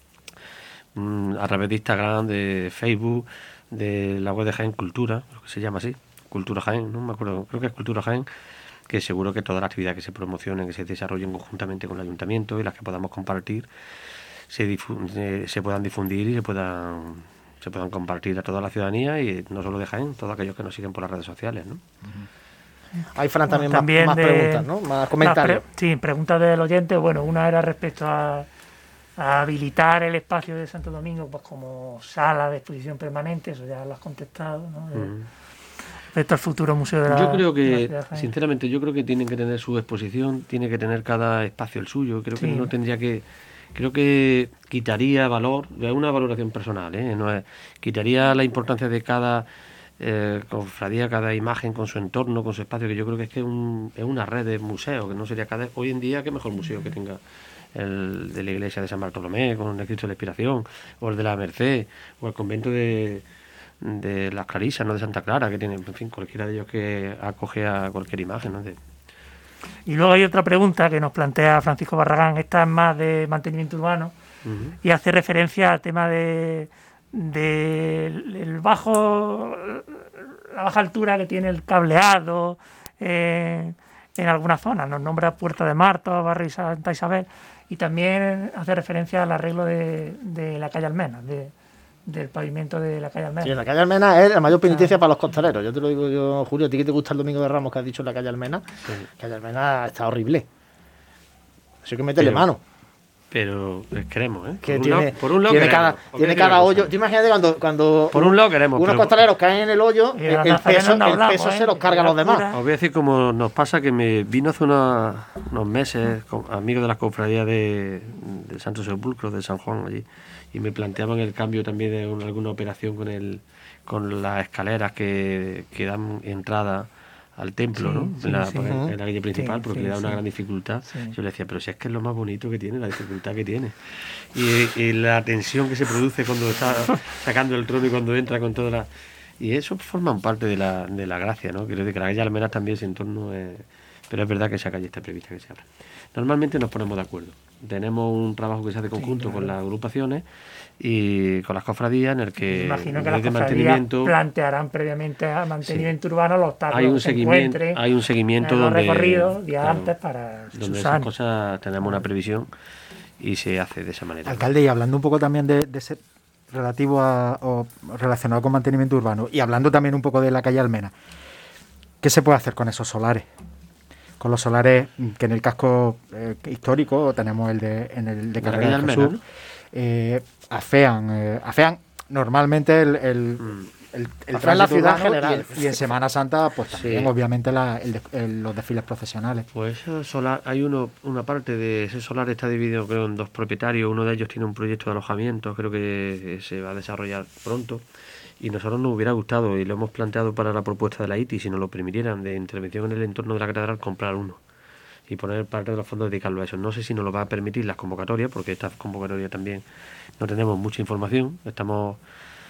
a través de Instagram, de Facebook, de la web de Jaén Cultura, lo que se llama así, Cultura Jaén, no me acuerdo, creo que es Cultura Jaén, que seguro que todas las actividades que se promocionen, que se desarrollen conjuntamente con el ayuntamiento y las que podamos compartir, se, difu- se, se puedan difundir y se puedan se puedan compartir a toda la ciudadanía y no solo de Jaén, todos aquellos que nos siguen por las redes sociales, ¿no? Uh-huh. Hay, Fran, también, bueno, también más, más de, preguntas, ¿no? Más comentarios. Pre- sí, preguntas del oyente. Bueno, una era respecto a, a habilitar el espacio de Santo Domingo pues como sala de exposición permanente, eso ya lo has contestado, ¿no? De, uh-huh. Respecto al futuro museo de la Yo creo que, de la sinceramente, yo creo que tienen que tener su exposición, tiene que tener cada espacio el suyo, creo sí. que no tendría que... Creo que quitaría valor, es una valoración personal, ¿eh? No es, quitaría la importancia de cada eh, cofradía, cada imagen con su entorno, con su espacio, que yo creo que es que un, es una red de museos, que no sería cada... Hoy en día, qué mejor museo que tenga el de la iglesia de San Bartolomé, con el Cristo de la Inspiración, o el de la Merced, o el convento de, de las Clarisas, ¿no? De Santa Clara, que tiene, en fin, cualquiera de ellos que acoge a cualquier imagen, ¿no? De, Y luego hay otra pregunta que nos plantea Francisco Barragán, esta es más de mantenimiento urbano, uh-huh. y hace referencia al tema de, de el bajo la baja altura que tiene el cableado eh, en algunas zonas. Nos nombra Puerta de Martos, Barrio Santa Isabel, y también hace referencia al arreglo de, de la calle Almena, de, del pavimento de la calle Almena. Sí, la calle Almena es la mayor penitencia ah. para los costaleros. Yo te lo digo yo, Julio, a ti que te gusta el Domingo de Ramos que has dicho en la calle Almena, sí. La calle Almena está horrible. Eso hay que meterle pero, mano. Pero queremos, ¿eh? Que por, tiene, un lado, por un lado tiene queremos, cada, tiene cada hoyo. Tú imagínate cuando, cuando por un lado queremos, unos pero, costaleros caen en el hoyo, el, el peso, no hablamos, el peso ¿eh? se los carga a los demás. Os voy a decir cómo nos pasa, que me vino hace una, unos meses con amigos de las cofradías de, de Santo Sepulcro, de San Juan, allí, y me planteaban el cambio también de una, alguna operación con el con las escaleras que, que dan entrada al templo, sí, ¿no? Sí, en, la, sí. en, en la calle principal, sí, porque sí, le da una sí. gran dificultad. Sí. Yo le decía, pero si es que es lo más bonito que tiene, la dificultad que tiene. Y, y la tensión que se produce cuando está sacando el trono y cuando entra con toda la... Y eso forma parte de la, de la gracia, ¿no? Quiero decir que la calle Almenas también ese entorno es... Pero es verdad que esa calle está prevista que se abra. Normalmente nos ponemos de acuerdo. tenemos un trabajo que se hace conjunto sí, claro. con las agrupaciones y con las cofradías, en el que imagino que las cofradías plantearán previamente al mantenimiento sí. urbano los obstáculos hay un que se seguimiento encuentren, hay un seguimiento en los donde recorridos días claro, antes para donde esas cosas tenemos una previsión y se hace de esa manera. Alcalde, y hablando un poco también de, de ese relativo a, o relacionado con mantenimiento urbano y hablando también un poco de la calle Almena, ¿qué se puede hacer con esos solares? Con los solares que en el casco eh, histórico tenemos el de en el de Carrera de Jesús, eh, afean, eh, afean normalmente el, el, mm. el, el tránsito en la ciudad general y, y en Semana Santa pues también sí. obviamente la, el de, el, los desfiles procesionales. Pues solar, hay uno una parte de ese solar está dividido creo en dos propietarios, uno de ellos tiene un proyecto de alojamiento, creo que se va a desarrollar pronto. Y nosotros nos hubiera gustado, y lo hemos planteado para la propuesta de la I T I, si nos lo permitieran, de intervención en el entorno de la catedral, comprar uno y poner parte de los fondos dedicarlo a eso. No sé si nos lo va a permitir las convocatorias, porque esta convocatoria también no tenemos mucha información, estamos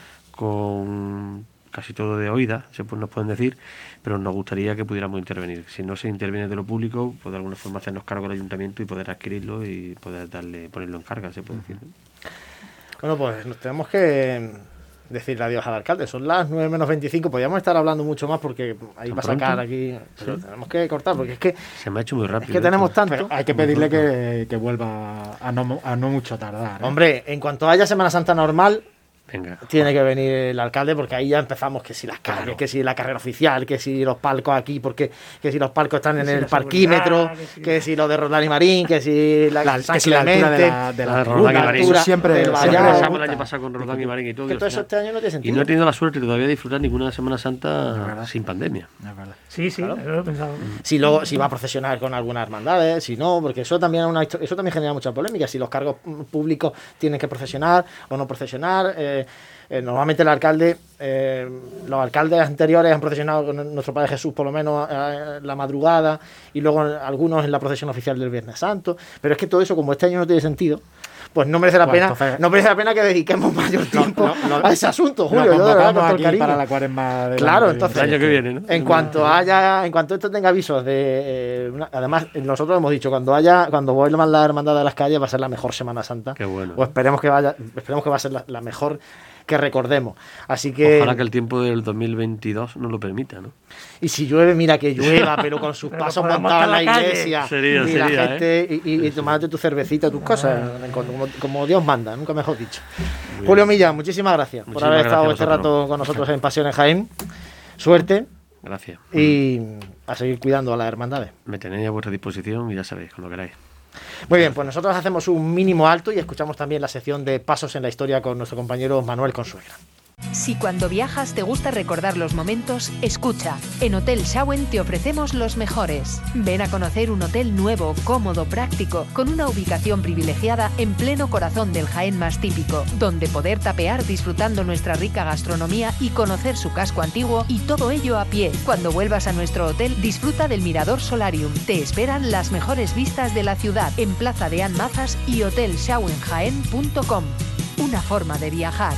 con casi todo de oídas, se nos pueden decir, pero nos gustaría que pudiéramos intervenir. Si no se interviene de lo público, pues de alguna forma hacernos cargo del ayuntamiento y poder adquirirlo y poder darle ponerlo en carga, se puede decir. Bueno, pues nos tenemos que decirle adiós al alcalde. Son las nueve menos veinticinco. Podríamos estar hablando mucho más porque ahí va a sacar aquí. Pero sí. tenemos que cortar porque es que. Se me ha hecho muy rápido. Es que tenemos tanto. Pero hay que pedirle que, que vuelva a no, a no mucho tardar. ¿eh? Hombre, en cuanto haya Semana Santa normal. Venga. Tiene que venir el alcalde porque ahí ya empezamos que si las calles, claro. que si la carrera oficial, que si los palcos aquí, porque que si los palcos están en si el parquímetro, que si, que si lo de Roldán y Marín, que si la, la, que si la altura de la, de la, la Roldán y Marín. Siempre el año pasado con Roldán y Marín y todo. Que todo eso este año no tiene sentido. Y no he tenido la suerte todavía de disfrutar ninguna Semana Santa sin pandemia. Sí, sí, claro. lo he pensado. Si luego si va a procesionar con algunas hermandades, si no, porque eso también es una eso también genera mucha polémica, si los cargos públicos tienen que procesionar o no procesionar. Eh, Eh, normalmente el alcalde, eh, los alcaldes anteriores han procesionado con nuestro Padre Jesús por lo menos eh, la madrugada y luego algunos en la procesión oficial del Viernes Santo, pero es que todo eso como este año no tiene sentido, pues no merece la bueno, pena entonces, no merece la pena que dediquemos mayor tiempo no, no, no, a ese asunto, Julio. Yo de verdad, con todo el cariño. Para la cuaresma del claro, entonces el año que viene, ¿no? En cuanto haya, en cuanto esto tenga avisos de, eh, una, además nosotros hemos dicho cuando haya, cuando vuelvan la hermandad de las calles va a ser la mejor Semana Santa. Qué bueno. O esperemos que vaya, esperemos que va a ser la, la mejor que recordemos. Así que ojalá que el tiempo del dos mil veintidós nos lo permita, ¿no? Y si llueve, mira que llueva, pero con sus pasos montados en la iglesia. Sería, y sería, la gente, ¿eh? y, y, y tomándote tu cervecita, tus cosas, como, como Dios manda, nunca mejor dicho. Muy Julio Millán, muchísimas gracias muchísimas por haber estado este rato con nosotros en Pasión en Jaén. Suerte. Gracias. Y a seguir cuidando a las hermandades. Me tenéis a vuestra disposición y ya sabéis, cuando queráis. Muy bien, pues nosotros hacemos un mínimo alto y escuchamos también la sección de Pasos en la Historia con nuestro compañero Manuel Consuegra. Si cuando viajas te gusta recordar los momentos, escucha. En Hotel Shawen te ofrecemos los mejores. Ven a conocer un hotel nuevo, cómodo, práctico, con una ubicación privilegiada en pleno corazón del Jaén más típico, donde poder tapear disfrutando nuestra rica gastronomía y conocer su casco antiguo, y todo ello a pie. Cuando vuelvas a nuestro hotel, disfruta del Mirador Solarium. Te esperan las mejores vistas de la ciudad en Plaza de Anmazas y hotel shawen jaén punto com. Una forma de viajar.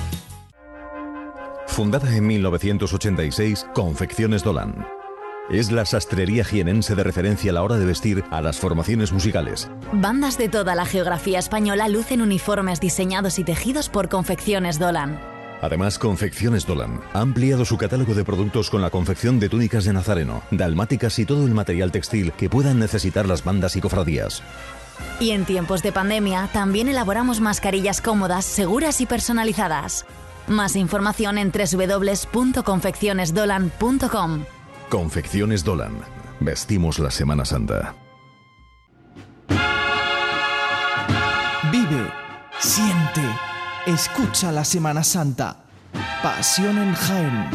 Fundada en mil novecientos ochenta y seis, Confecciones Dolan. Es la sastrería jienense de referencia a la hora de vestir a las formaciones musicales. Bandas de toda la geografía española lucen uniformes diseñados y tejidos por Confecciones Dolan. Además, Confecciones Dolan ha ampliado su catálogo de productos con la confección de túnicas de nazareno, dalmáticas y todo el material textil que puedan necesitar las bandas y cofradías. Y en tiempos de pandemia, también elaboramos mascarillas cómodas, seguras y personalizadas. Más información en doble u doble u doble u punto confecciones dolan punto com. Confecciones Dolan. Vestimos la Semana Santa. Vive, siente, escucha la Semana Santa. Pasión en Jaén.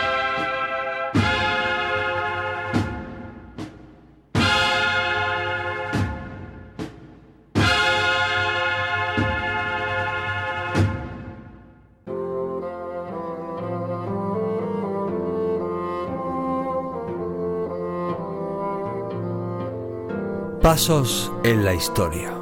Pasos en la historia.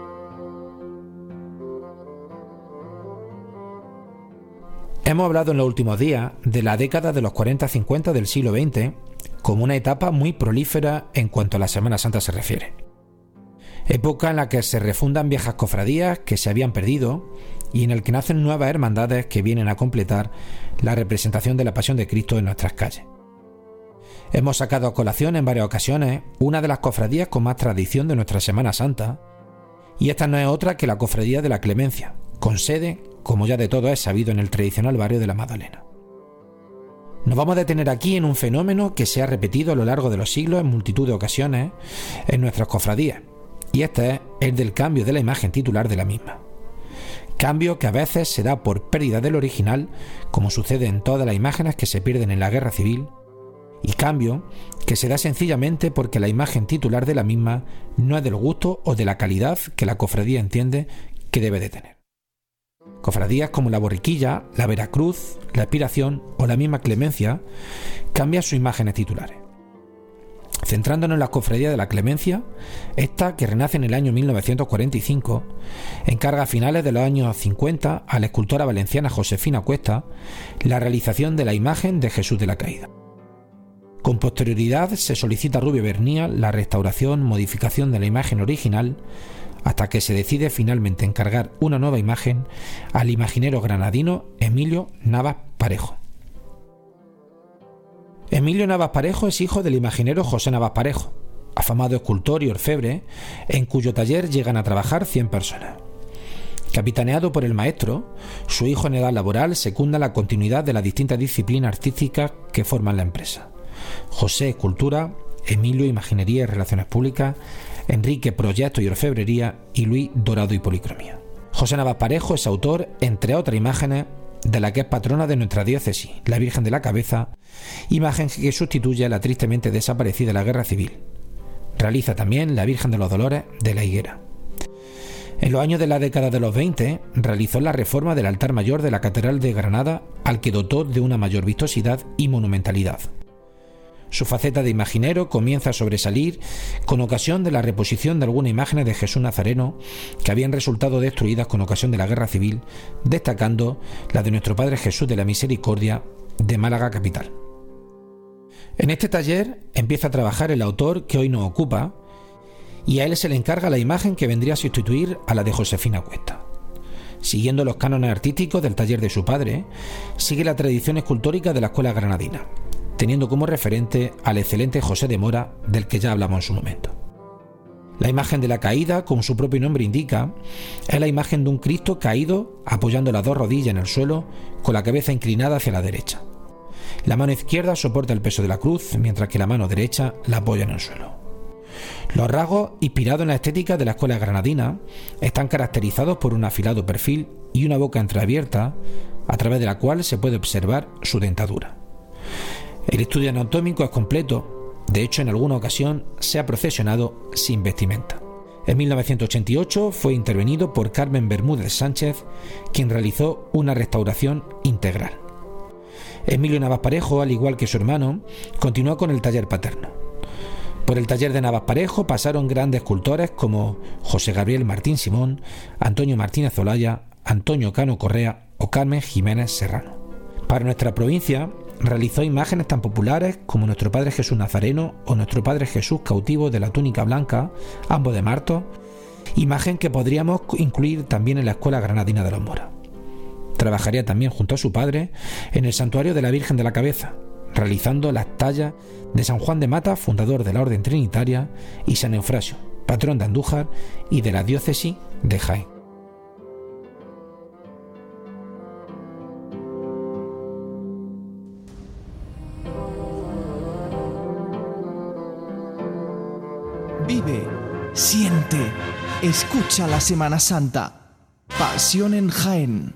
Hemos hablado en los últimos días de la década de los cuarenta cincuenta del siglo veinte como una etapa muy prolífera en cuanto a la Semana Santa se refiere. Época en la que se refundan viejas cofradías que se habían perdido y en el que nacen nuevas hermandades que vienen a completar la representación de la Pasión de Cristo en nuestras calles. Hemos sacado a colación en varias ocasiones una de las cofradías con más tradición de nuestra Semana Santa, y esta no es otra que la Cofradía de la Clemencia, con sede, como ya de todo es sabido, en el tradicional barrio de la Magdalena. Nos vamos a detener aquí en un fenómeno que se ha repetido a lo largo de los siglos en multitud de ocasiones en nuestras cofradías, y este es el del cambio de la imagen titular de la misma. Cambio que a veces se da por pérdida del original, como sucede en todas las imágenes que se pierden en la Guerra Civil, y cambio que se da sencillamente porque la imagen titular de la misma no es del gusto o de la calidad que la cofradía entiende que debe de tener. Cofradías como la Borriquilla, la Veracruz, la Expiración o la misma Clemencia cambian sus imágenes titulares. Centrándonos en la Cofradía de la Clemencia, esta, que renace en el año mil novecientos cuarenta y cinco, encarga a finales de los años cincuenta a la escultora valenciana Josefina Cuesta la realización de la imagen de Jesús de la Caída. Con posterioridad se solicita a Rubio Bernía la restauración, modificación de la imagen original, hasta que se decide finalmente encargar una nueva imagen al imaginero granadino Emilio Navas Parejo. Emilio Navas Parejo es hijo del imaginero José Navas Parejo, afamado escultor y orfebre, en cuyo taller llegan a trabajar cien personas. Capitaneado por el maestro, su hijo en edad laboral secunda la continuidad de las distintas disciplinas artísticas que forman la empresa. José, escultura; Emilio, imaginería y relaciones públicas; Enrique, proyecto y orfebrería; y Luis, dorado y policromía. José Navas Parejo es autor, entre otras imágenes, de la que es patrona de nuestra diócesis, la Virgen de la Cabeza, imagen que sustituye a la tristemente desaparecida en la Guerra Civil. Realiza también la Virgen de los Dolores de la Higuera. En los años de la década de los veinte realizó la reforma del altar mayor de la Catedral de Granada, al que dotó de una mayor vistosidad y monumentalidad. Su faceta de imaginero comienza a sobresalir con ocasión de la reposición de algunas imágenes de Jesús Nazareno que habían resultado destruidas con ocasión de la Guerra Civil, destacando la de nuestro Padre Jesús de la Misericordia de Málaga capital. En este taller empieza a trabajar el autor que hoy nos ocupa, y a él se le encarga la imagen que vendría a sustituir a la de Josefina Cuesta. Siguiendo los cánones artísticos del taller de su padre, sigue la tradición escultórica de la escuela granadina, teniendo como referente al excelente José de Mora, del que ya hablamos en su momento. La imagen de la caída, como su propio nombre indica, es la imagen de un Cristo caído apoyando las dos rodillas en el suelo, con la cabeza inclinada hacia la derecha. La mano izquierda soporta el peso de la cruz, mientras que la mano derecha la apoya en el suelo. Los rasgos, inspirados en la estética de la escuela granadina, están caracterizados por un afilado perfil y una boca entreabierta, a través de la cual se puede observar su dentadura. El estudio anatómico es completo, de hecho en alguna ocasión se ha procesionado sin vestimenta. En mil novecientos ochenta y ocho fue intervenido por Carmen Bermúdez Sánchez, quien realizó una restauración integral. Emilio Navas Parejo, al igual que su hermano, continuó con el taller paterno. Por el taller de Navas Parejo pasaron grandes escultores como José Gabriel Martín Simón, Antonio Martínez Olaya, Antonio Cano Correa o Carmen Jiménez Serrano. Para nuestra provincia, realizó imágenes tan populares como nuestro Padre Jesús Nazareno o nuestro Padre Jesús cautivo de la túnica blanca, ambos de Martos, imagen que podríamos incluir también en la Escuela Granadina de los Moras. Trabajaría también junto a su padre en el Santuario de la Virgen de la Cabeza, realizando las tallas de San Juan de Mata, fundador de la Orden Trinitaria, y San Eufrasio, patrón de Andújar y de la diócesis de Jaén. Vive, siente, escucha la Semana Santa. Pasión en Jaén.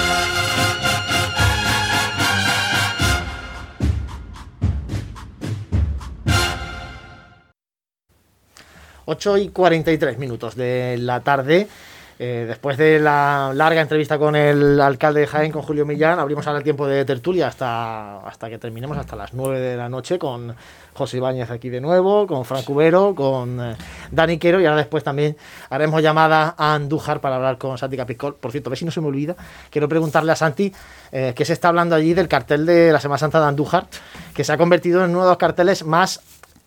ocho y cuarenta y tres minutos de la tarde. Eh, después de la larga entrevista con el alcalde de Jaén, con Julio Millán, abrimos ahora el tiempo de tertulia hasta, hasta que terminemos, hasta las nueve de la noche, con José Ibáñez aquí de nuevo, con Fran Cubero, con eh, Dani Quero, y ahora después también haremos llamada a Andújar para hablar con Santi Capiscol. Por cierto, a ver si no se me olvida, quiero preguntarle a Santi eh, qué se está hablando allí del cartel de la Semana Santa de Andújar, que se ha convertido en uno de los carteles más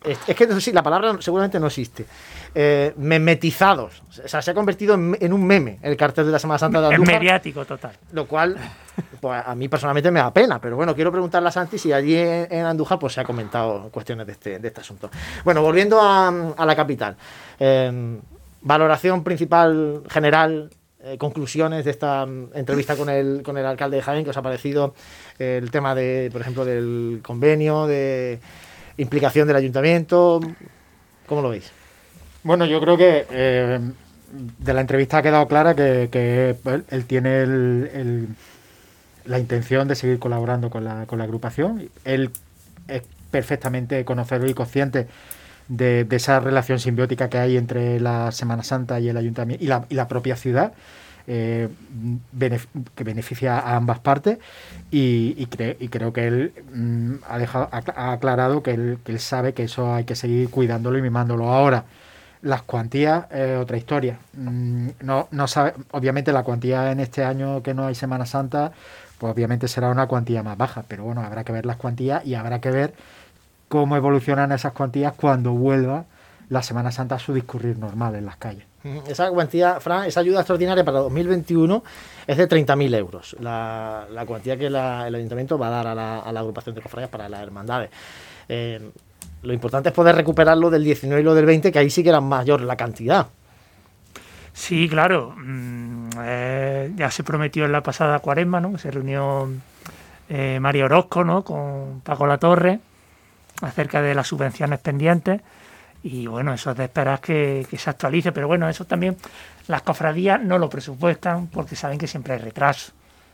es, es que sí, la palabra seguramente no existe. Eh, memetizados. O sea, se ha convertido en, en un meme el cartel de la Semana Santa de Andújar. Es mediático total. Lo cual, pues a mí personalmente me da pena, pero bueno, quiero preguntarle a Santi si allí en, en Andújar pues se ha comentado cuestiones de este, de este asunto. Bueno, volviendo a, a la capital. Eh, valoración principal, general, eh, conclusiones de esta um, entrevista con el, con el alcalde de Jaén, que os ha parecido eh, el tema de, por ejemplo, del convenio, de implicación del ayuntamiento. ¿Cómo lo veis? Bueno, yo creo que eh, de la entrevista ha quedado clara que, que él, él tiene el, el, la intención de seguir colaborando con la, con la agrupación. Él es perfectamente conocedor y consciente de, de esa relación simbiótica que hay entre la Semana Santa y el ayuntamiento y la, y la propia ciudad, eh, benef- que beneficia a ambas partes, y, y, cre- y creo que él mm, ha, dejado, ha, ha aclarado que él, que él sabe que eso hay que seguir cuidándolo y mimándolo. Ahora, las cuantías es eh, otra historia. Mm, no, no sabe, obviamente la cuantía en este año que no hay Semana Santa, pues obviamente será una cuantía más baja, pero bueno, habrá que ver las cuantías y habrá que ver cómo evolucionan esas cuantías cuando vuelva la Semana Santa a su discurrir normal en las calles. Esa cuantía, Fran, esa ayuda extraordinaria para dos mil veintiuno es de treinta mil euros, la, la cuantía que la, el ayuntamiento va a dar a la, a la agrupación de cofradías para las hermandades. Eh, Lo importante es poder recuperarlo del diecinueve y lo del veinte, que ahí sí que era mayor la cantidad. Sí, claro. Mm, eh, ya se prometió en la pasada cuaresma, ¿no? Se reunió eh, María Orozco, ¿no? Con Paco Latorre acerca de las subvenciones pendientes. Y bueno, eso es de esperar que, que se actualice. Pero bueno, eso también las cofradías no lo presupuestan porque saben que siempre hay retraso.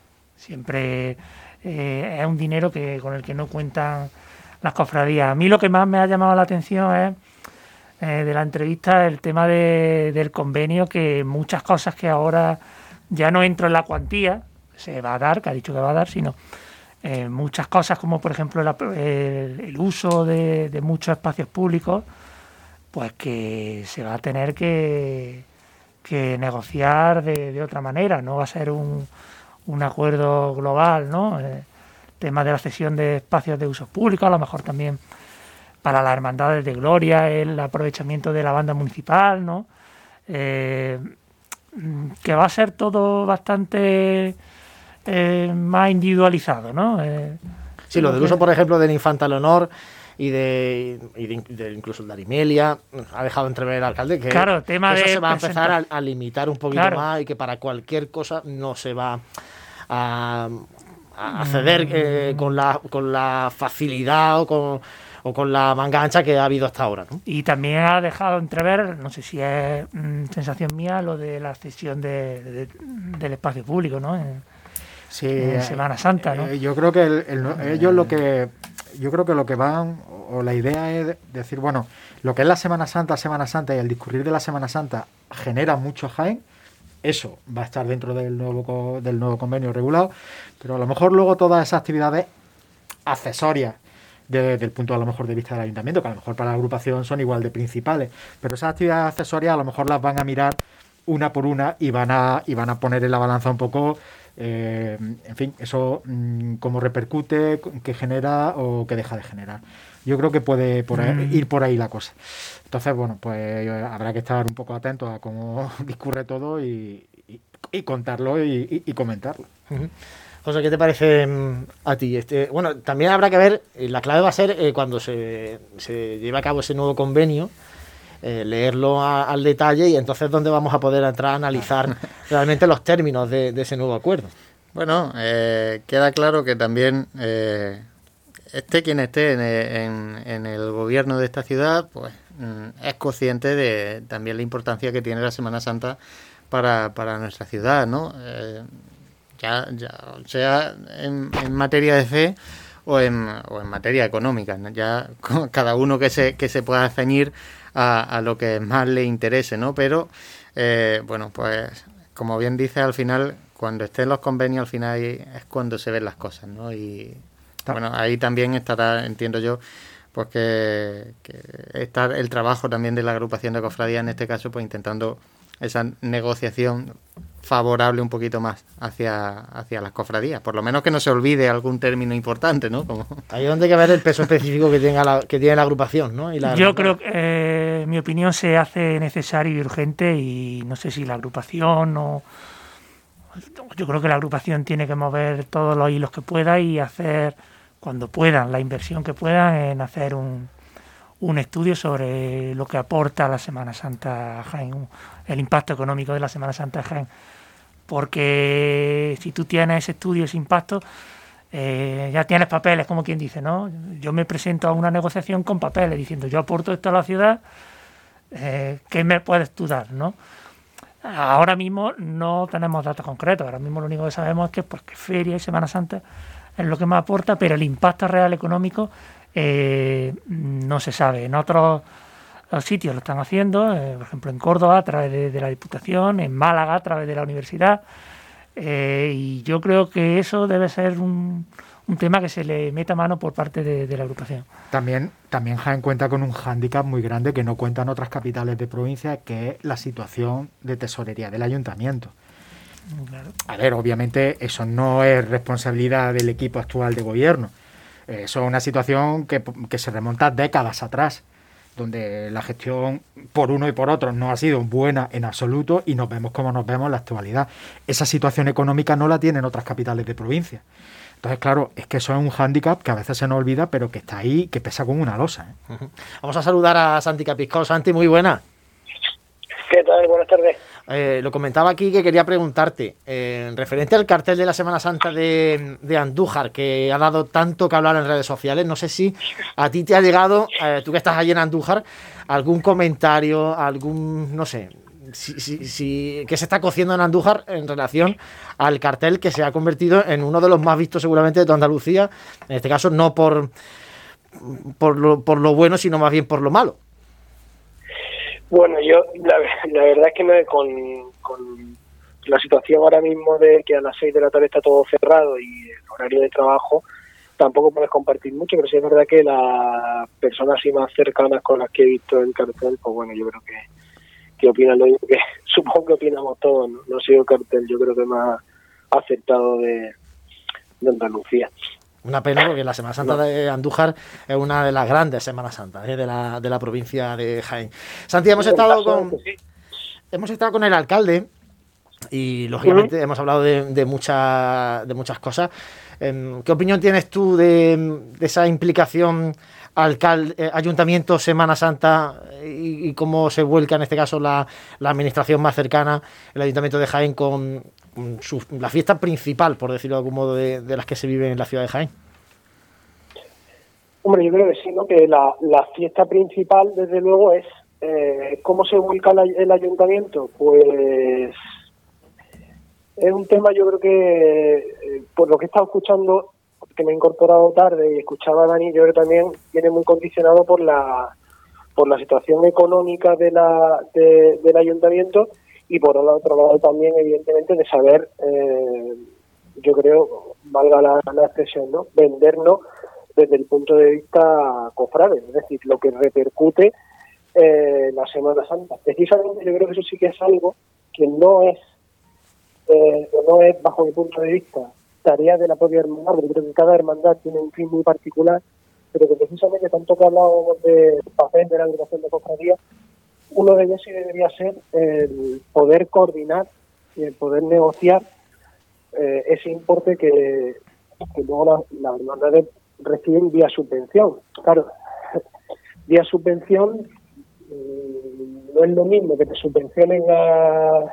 Siempre eh, es un dinero que con el que no cuentan las cofradías. A mí lo que más me ha llamado la atención es eh, de la entrevista el tema de, del convenio, que muchas cosas que ahora ya no entro en la cuantía, se va a dar, que ha dicho que va a dar, sino eh, muchas cosas como por ejemplo la, el, el uso de, de muchos espacios públicos, pues que se va a tener que, que negociar de, de otra manera, no va a ser un, un acuerdo global, ¿no? Eh, tema de la cesión de espacios de uso público, a lo mejor también para las hermandades de gloria, el aprovechamiento de la banda municipal, ¿no? Eh, que va a ser todo bastante eh, más individualizado, ¿no? Eh, sí, lo del uso, por ejemplo, del Infanta Leonor y de, y de, de incluso de Arimelia, ha dejado entrever el alcalde que, claro, tema que eso de se va a presentar... empezar a, a limitar un poquito claro. más, y que para cualquier cosa no se va a... acceder eh, con la con la facilidad o con, o con la manga ancha que ha habido hasta ahora, ¿no? Y también ha dejado entrever, no sé si es mm, sensación mía, lo de la cesión de, de, del espacio público, ¿no? En, sí, en Semana Santa, ¿no? Eh, yo creo que el, el, ellos lo que yo creo que lo que van o la idea es decir, bueno, lo que es la Semana Santa, Semana Santa y el discurrir de la Semana Santa genera mucho Jaén. Eso va a estar dentro del nuevo del nuevo convenio regulado, pero a lo mejor luego todas esas actividades accesorias de, desde el punto a lo mejor de vista del ayuntamiento, que a lo mejor para la agrupación son igual de principales, pero esas actividades accesorias a lo mejor las van a mirar una por una y van a y van a poner en la balanza un poco, eh, en fin, eso mmm, cómo repercute, qué genera o qué deja de generar. Yo creo que puede por ahí, mm. ir por ahí la cosa. Entonces, bueno, pues habrá que estar un poco atentos a cómo discurre todo y, y, y contarlo y, y, y comentarlo. Uh-huh. José, ¿qué te parece um, a ti? Este, bueno, también habrá que ver, eh, la clave va a ser eh, cuando se, se lleve a cabo ese nuevo convenio, eh, leerlo a, al detalle, y entonces dónde vamos a poder entrar a analizar realmente los términos de, de ese nuevo acuerdo. Bueno, eh, queda claro que también... Eh, esté quien esté en, en, en el gobierno de esta ciudad, pues es consciente de también la importancia que tiene la Semana Santa para, para nuestra ciudad, ¿no? Eh, ya, ya sea en, en materia de fe o en, o en materia económica, ¿no? Ya cada uno que se que se pueda ceñir a, a lo que más le interese, ¿no? Pero eh, bueno, pues como bien dice, al final, cuando estén los convenios, al final es cuando se ven las cosas, ¿no? Y bueno, ahí también estará, entiendo yo, pues que, que está el trabajo también de la agrupación de cofradías, en este caso, pues intentando esa negociación favorable un poquito más hacia, hacia las cofradías. Por lo menos que no se olvide algún término importante, ¿no? Como... Ahí es donde hay que ver el peso específico que tenga la, que tiene la agrupación, ¿no? Y la... Yo creo que, eh, mi opinión, se hace necesario y urgente, y no sé si la agrupación o... Yo creo que la agrupación tiene que mover todos los hilos que pueda y hacer, cuando puedan, la inversión que puedan en hacer un, un estudio sobre lo que aporta la Semana Santa a Jaén, el impacto económico de la Semana Santa a Jaén. Porque si tú tienes ese estudio, ese impacto, eh, ya tienes papeles, como quien dice, ¿no? Yo me presento a una negociación con papeles diciendo yo aporto esto a la ciudad, eh, ¿qué me puedes tú dar, no? Ahora mismo no tenemos datos concretos, ahora mismo lo único que sabemos es que, pues, que Feria y Semana Santa es lo que más aporta, pero el impacto real económico eh, no se sabe. En otros los sitios lo están haciendo, eh, por ejemplo en Córdoba a través de, de la Diputación, en Málaga a través de la universidad, eh, y yo creo que eso debe ser un, un tema que se le meta mano por parte de, de la agrupación. También, también Jaén cuenta con un hándicap muy grande que no cuentan otras capitales de provincia, que es la situación de tesorería del ayuntamiento. Claro. A ver, obviamente eso no es responsabilidad del equipo actual de gobierno, eso es una situación que, que se remonta décadas atrás, donde la gestión por uno y por otro no ha sido buena en absoluto, y nos vemos como nos vemos en la actualidad. Esa situación económica no la tienen otras capitales de provincia. Entonces, claro, es que eso es un hándicap que a veces se nos olvida, pero que está ahí, que pesa como una losa, ¿eh? Uh-huh. Vamos a saludar a Santi Capiscón. Santi, muy buena. ¿Qué tal? Buenas tardes. Eh, lo comentaba aquí que quería preguntarte, eh, referente al cartel de la Semana Santa de, de Andújar, que ha dado tanto que hablar en redes sociales, no sé si a ti te ha llegado, eh, tú que estás allí en Andújar, algún comentario, algún, no sé, si, si, si, qué se está cociendo en Andújar en relación al cartel que se ha convertido en uno de los más vistos seguramente de toda Andalucía, en este caso no por, por, lo, por lo bueno, sino más bien por lo malo. Bueno, yo la, la verdad es que me, con, con la situación ahora mismo de que a las seis de la tarde está todo cerrado y el horario de trabajo, tampoco puedes compartir mucho, pero sí es verdad que las personas así más cercanas con las que he visto el cartel, pues bueno, yo creo que, que opinan lo mismo que supongo que opinamos todos, ¿no? No ha sido el cartel, yo creo que más acertado de, de Andalucía. Una pena, porque la Semana Santa de Andújar es una de las grandes Semanas Santas, ¿eh? de la de la provincia de Jaén. Santi, hemos estado con hemos estado con el alcalde y lógicamente uh-huh. hemos hablado de, de muchas de muchas cosas. ¿Qué opinión tienes tú de, de esa implicación alcalde, ayuntamiento, Semana Santa y, y cómo se vuelca en este caso la, la administración más cercana, el Ayuntamiento de Jaén, con Su, la fiesta principal, por decirlo de algún modo, de, de las que se viven en la ciudad de Jaén? Hombre, yo creo que sí, ¿no? Que la, la fiesta principal, desde luego, es eh, ¿cómo se vuelca la, el ayuntamiento? Pues es un tema, yo creo que, eh, por lo que he estado escuchando, que me he incorporado tarde y escuchaba a Dani, yo creo que también viene muy condicionado por la por la situación económica de la de, del ayuntamiento. Y por el otro lado también, evidentemente, de saber, eh, yo creo, valga la, la expresión, ¿no? Vendernos desde el punto de vista cofrade, es decir, lo que repercute eh, la Semana Santa. Precisamente yo creo que eso sí que es algo que no es, eh, no es bajo mi punto de vista, tarea de la propia hermandad, porque creo que cada hermandad tiene un fin muy particular, pero que precisamente tanto que hablábamos de papel de la agrupación de cofradías, uno de ellos sí debería ser el poder coordinar y el poder negociar eh, ese importe que, que luego las la hermandades reciben vía subvención. Claro, vía subvención eh, no es lo mismo que te subvencionen a,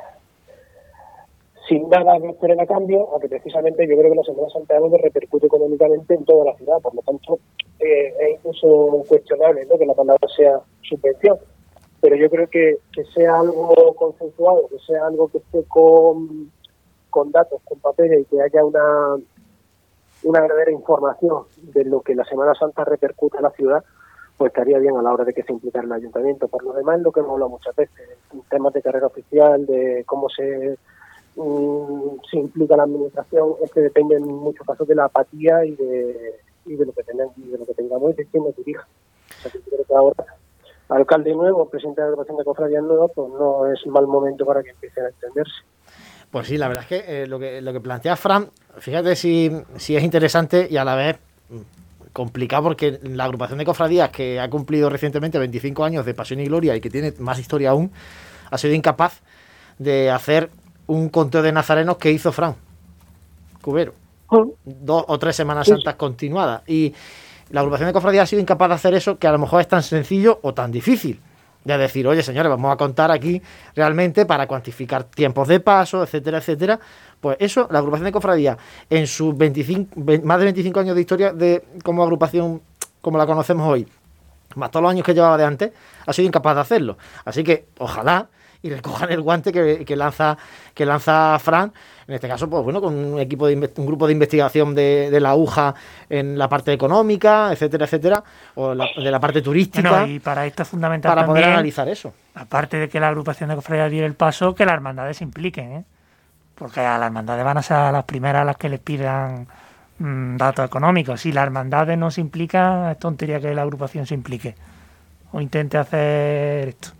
sin nada que esperar a cambio, a que precisamente yo creo que la Semana Santa es algo que repercute económicamente en toda la ciudad. Por lo tanto, eh, es incluso cuestionable, ¿no?, que la palabra sea subvención. Pero yo creo que, que sea algo consensuado, que sea algo que esté con, con datos, con papeles, y que haya una, una verdadera información de lo que la Semana Santa repercute en la ciudad, pues estaría bien a la hora de que se implicara el ayuntamiento. Por lo demás, lo que hemos hablado muchas veces, temas de carrera oficial, de cómo se, um, se implica la administración, es que depende en muchos casos de la apatía y de, y de lo que tenemos, y de lo que tengamos y de quién nos dirija. O sea, que yo creo que ahora, alcalde nuevo, presidente de la agrupación de cofradías nueva, pues no es mal momento para que empiecen a extenderse. Pues sí, la verdad es que, eh, lo que lo que plantea Fran, fíjate si, si es interesante y a la vez complicado, porque la agrupación de cofradías que ha cumplido recientemente veinticinco años de Pasión y Gloria y que tiene más historia aún, ha sido incapaz de hacer un conteo de nazarenos que hizo Fran Cubero. Dos o tres Semanas Santas continuadas. Y la agrupación de cofradías ha sido incapaz de hacer eso, que a lo mejor es tan sencillo o tan difícil. De decir, oye, señores, vamos a contar aquí realmente para cuantificar tiempos de paso, etcétera, etcétera. Pues eso, la agrupación de cofradías, en sus veinticinco, más de veinticinco años de historia de como agrupación, como la conocemos hoy, más todos los años que llevaba de antes, ha sido incapaz de hacerlo. Así que, ojalá, y recojan el guante que, que lanza que lanza Fran, en este caso, pues bueno, con un equipo de un grupo de investigación de, de la U J A en la parte económica, etcétera, etcétera, o la, de la parte turística. Bueno, y para esto es fundamental para también, poder analizar eso. Aparte de que la agrupación de cofradías diera el paso, que las hermandades se impliquen, ¿eh? Porque a las hermandades van a ser las primeras a las que les pidan mmm, datos económicos. Si las hermandades no se implican, es tontería que la agrupación se implique o intente hacer esto.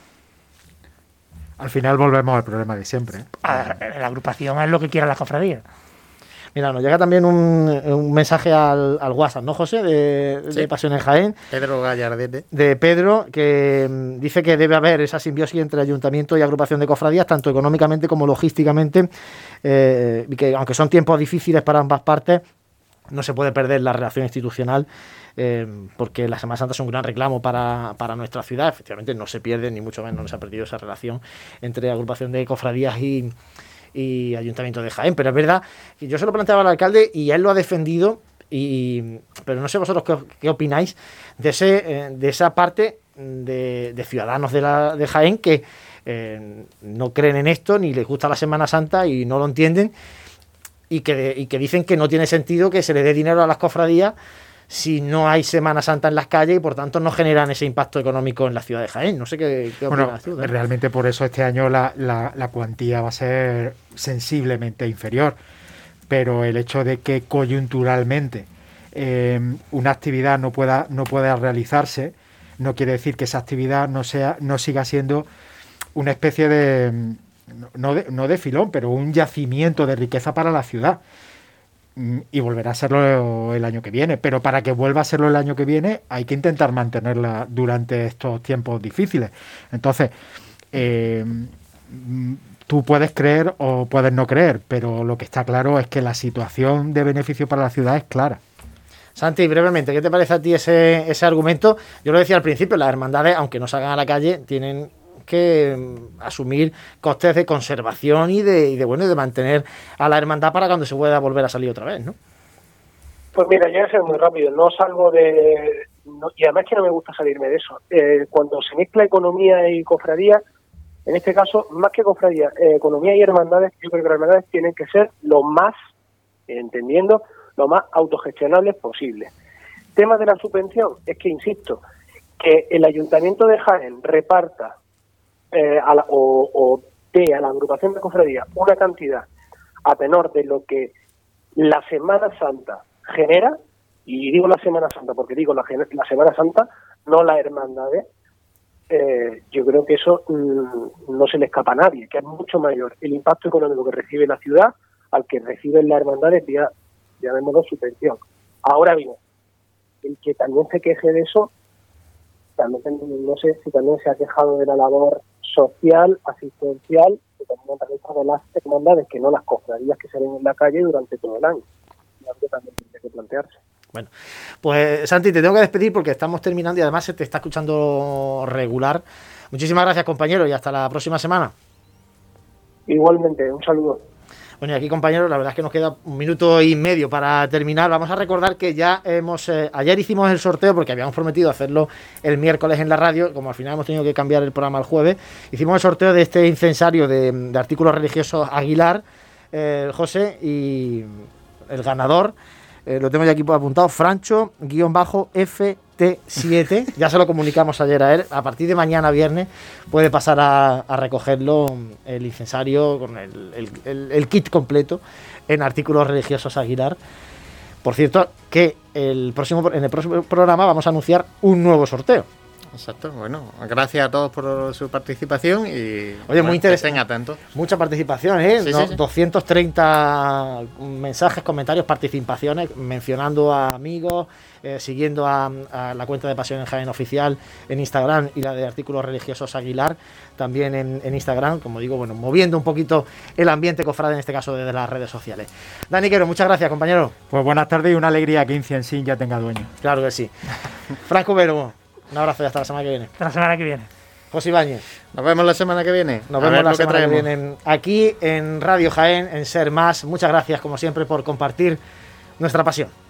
Al final volvemos al problema de siempre, ¿eh? A, la agrupación es lo que quieran las cofradías. Mira, nos llega también un, un mensaje al, al WhatsApp, ¿no, José? De, sí. de Pasión en Jaén. Pedro Gallardete. De Pedro, que mm, dice que debe haber esa simbiosis entre ayuntamiento y agrupación de cofradías, tanto económicamente como logísticamente, eh, y que aunque son tiempos difíciles para ambas partes, no se puede perder la relación institucional, eh, porque la Semana Santa es un gran reclamo para, para nuestra ciudad. Efectivamente no se pierde, ni mucho menos no se ha perdido esa relación entre agrupación de cofradías y, y Ayuntamiento de Jaén, pero es verdad que yo se lo planteaba al alcalde y él lo ha defendido, y, pero no sé vosotros qué, qué opináis de, ese, eh, de esa parte de, de ciudadanos de, la, de Jaén que eh, no creen en esto, ni les gusta la Semana Santa y no lo entienden, y que, y que dicen que no tiene sentido que se le dé dinero a las cofradías si no hay Semana Santa en las calles y por tanto no generan ese impacto económico en la ciudad de Jaén. No sé qué, qué bueno, opinas tú, ¿no? Realmente por eso este año la, la, la cuantía va a ser sensiblemente inferior, pero el hecho de que coyunturalmente eh, una actividad no pueda, no pueda realizarse no quiere decir que esa actividad no, sea, no siga siendo una especie de... No de, no de filón, pero un yacimiento de riqueza para la ciudad. Y volverá a serlo el año que viene. Pero para que vuelva a serlo el año que viene hay que intentar mantenerla durante estos tiempos difíciles. Entonces, eh, tú puedes creer o puedes no creer, pero lo que está claro es que la situación de beneficio para la ciudad es clara. Santi, brevemente, ¿qué te parece a ti ese, ese argumento? Yo lo decía al principio, las hermandades, aunque no salgan a la calle, tienen que asumir costes de conservación y de, y de bueno de mantener a la hermandad para cuando se pueda volver a salir otra vez, ¿no? Pues mira, yo voy a ser muy rápido, no salgo de... No, y además que no me gusta salirme de eso. Eh, cuando se mezcla economía y cofradía, en este caso, más que cofradía, eh, economía y hermandades, yo creo que las hermandades tienen que ser lo más, entendiendo, lo más autogestionables posible. Tema de la subvención, es que, insisto, que el Ayuntamiento de Jaén reparta Eh, a la, o, o dé a la agrupación de cofradía una cantidad a tenor de lo que la Semana Santa genera, y digo la Semana Santa porque digo la, la Semana Santa, no la hermandades, eh, yo creo que eso mmm, no se le escapa a nadie, que es mucho mayor el impacto económico que recibe la ciudad al que reciben las hermandades vía, llamémoslo, subvención. Ahora bien, el que también se queje de eso, también no sé si también se ha quejado de la labor social, asistencial, que también realiza de las hermandades, que no las cofradías que salen en la calle durante todo el año. Y algo también tiene que plantearse. Bueno, pues Santi, te tengo que despedir porque estamos terminando y además se te está escuchando regular. Muchísimas gracias, compañero, y hasta la próxima semana. Igualmente, un saludo. Bueno, y aquí, compañeros, la verdad es que nos queda un minuto y medio para terminar. Vamos a recordar que ya hemos... Eh, ayer hicimos el sorteo porque habíamos prometido hacerlo el miércoles en la radio. Como al final hemos tenido que cambiar el programa al jueves, hicimos el sorteo de este incensario de, de artículos religiosos Aguilar, eh, José, y el ganador, eh, lo tengo ya aquí apuntado, Francho, guión bajo, F T siete. Ya se lo comunicamos ayer a él. A partir de mañana viernes puede pasar a, a recogerlo, el incensario con el, el, el, el kit completo en artículos religiosos Aguilar. Por cierto, que el próximo, en el próximo programa vamos a anunciar un nuevo sorteo. Exacto, bueno, gracias a todos por su participación y Oye, bueno, muy interesante. estén atentos. Mucha participación, ¿eh? Sí, ¿No? sí, sí. doscientos treinta mensajes, comentarios, participaciones, mencionando a amigos, eh, siguiendo a, a la cuenta de Pasión en Jaén Oficial en Instagram y la de Artículos Religiosos Aguilar también en, en Instagram, como digo, bueno, moviendo un poquito el ambiente cofrade, en este caso desde las redes sociales. Dani Quero, muchas gracias, compañero. Pues buenas tardes y una alegría que Incensín ya tenga dueño. Claro que sí. Franco Vero, un abrazo y hasta la semana que viene. Hasta la semana que viene. José Ibáñez. Nos vemos la semana que viene. Nos A vemos ver la lo que semana que, traemos. viene aquí en Radio Jaén, en Ser Más. Muchas gracias, como siempre, por compartir nuestra pasión.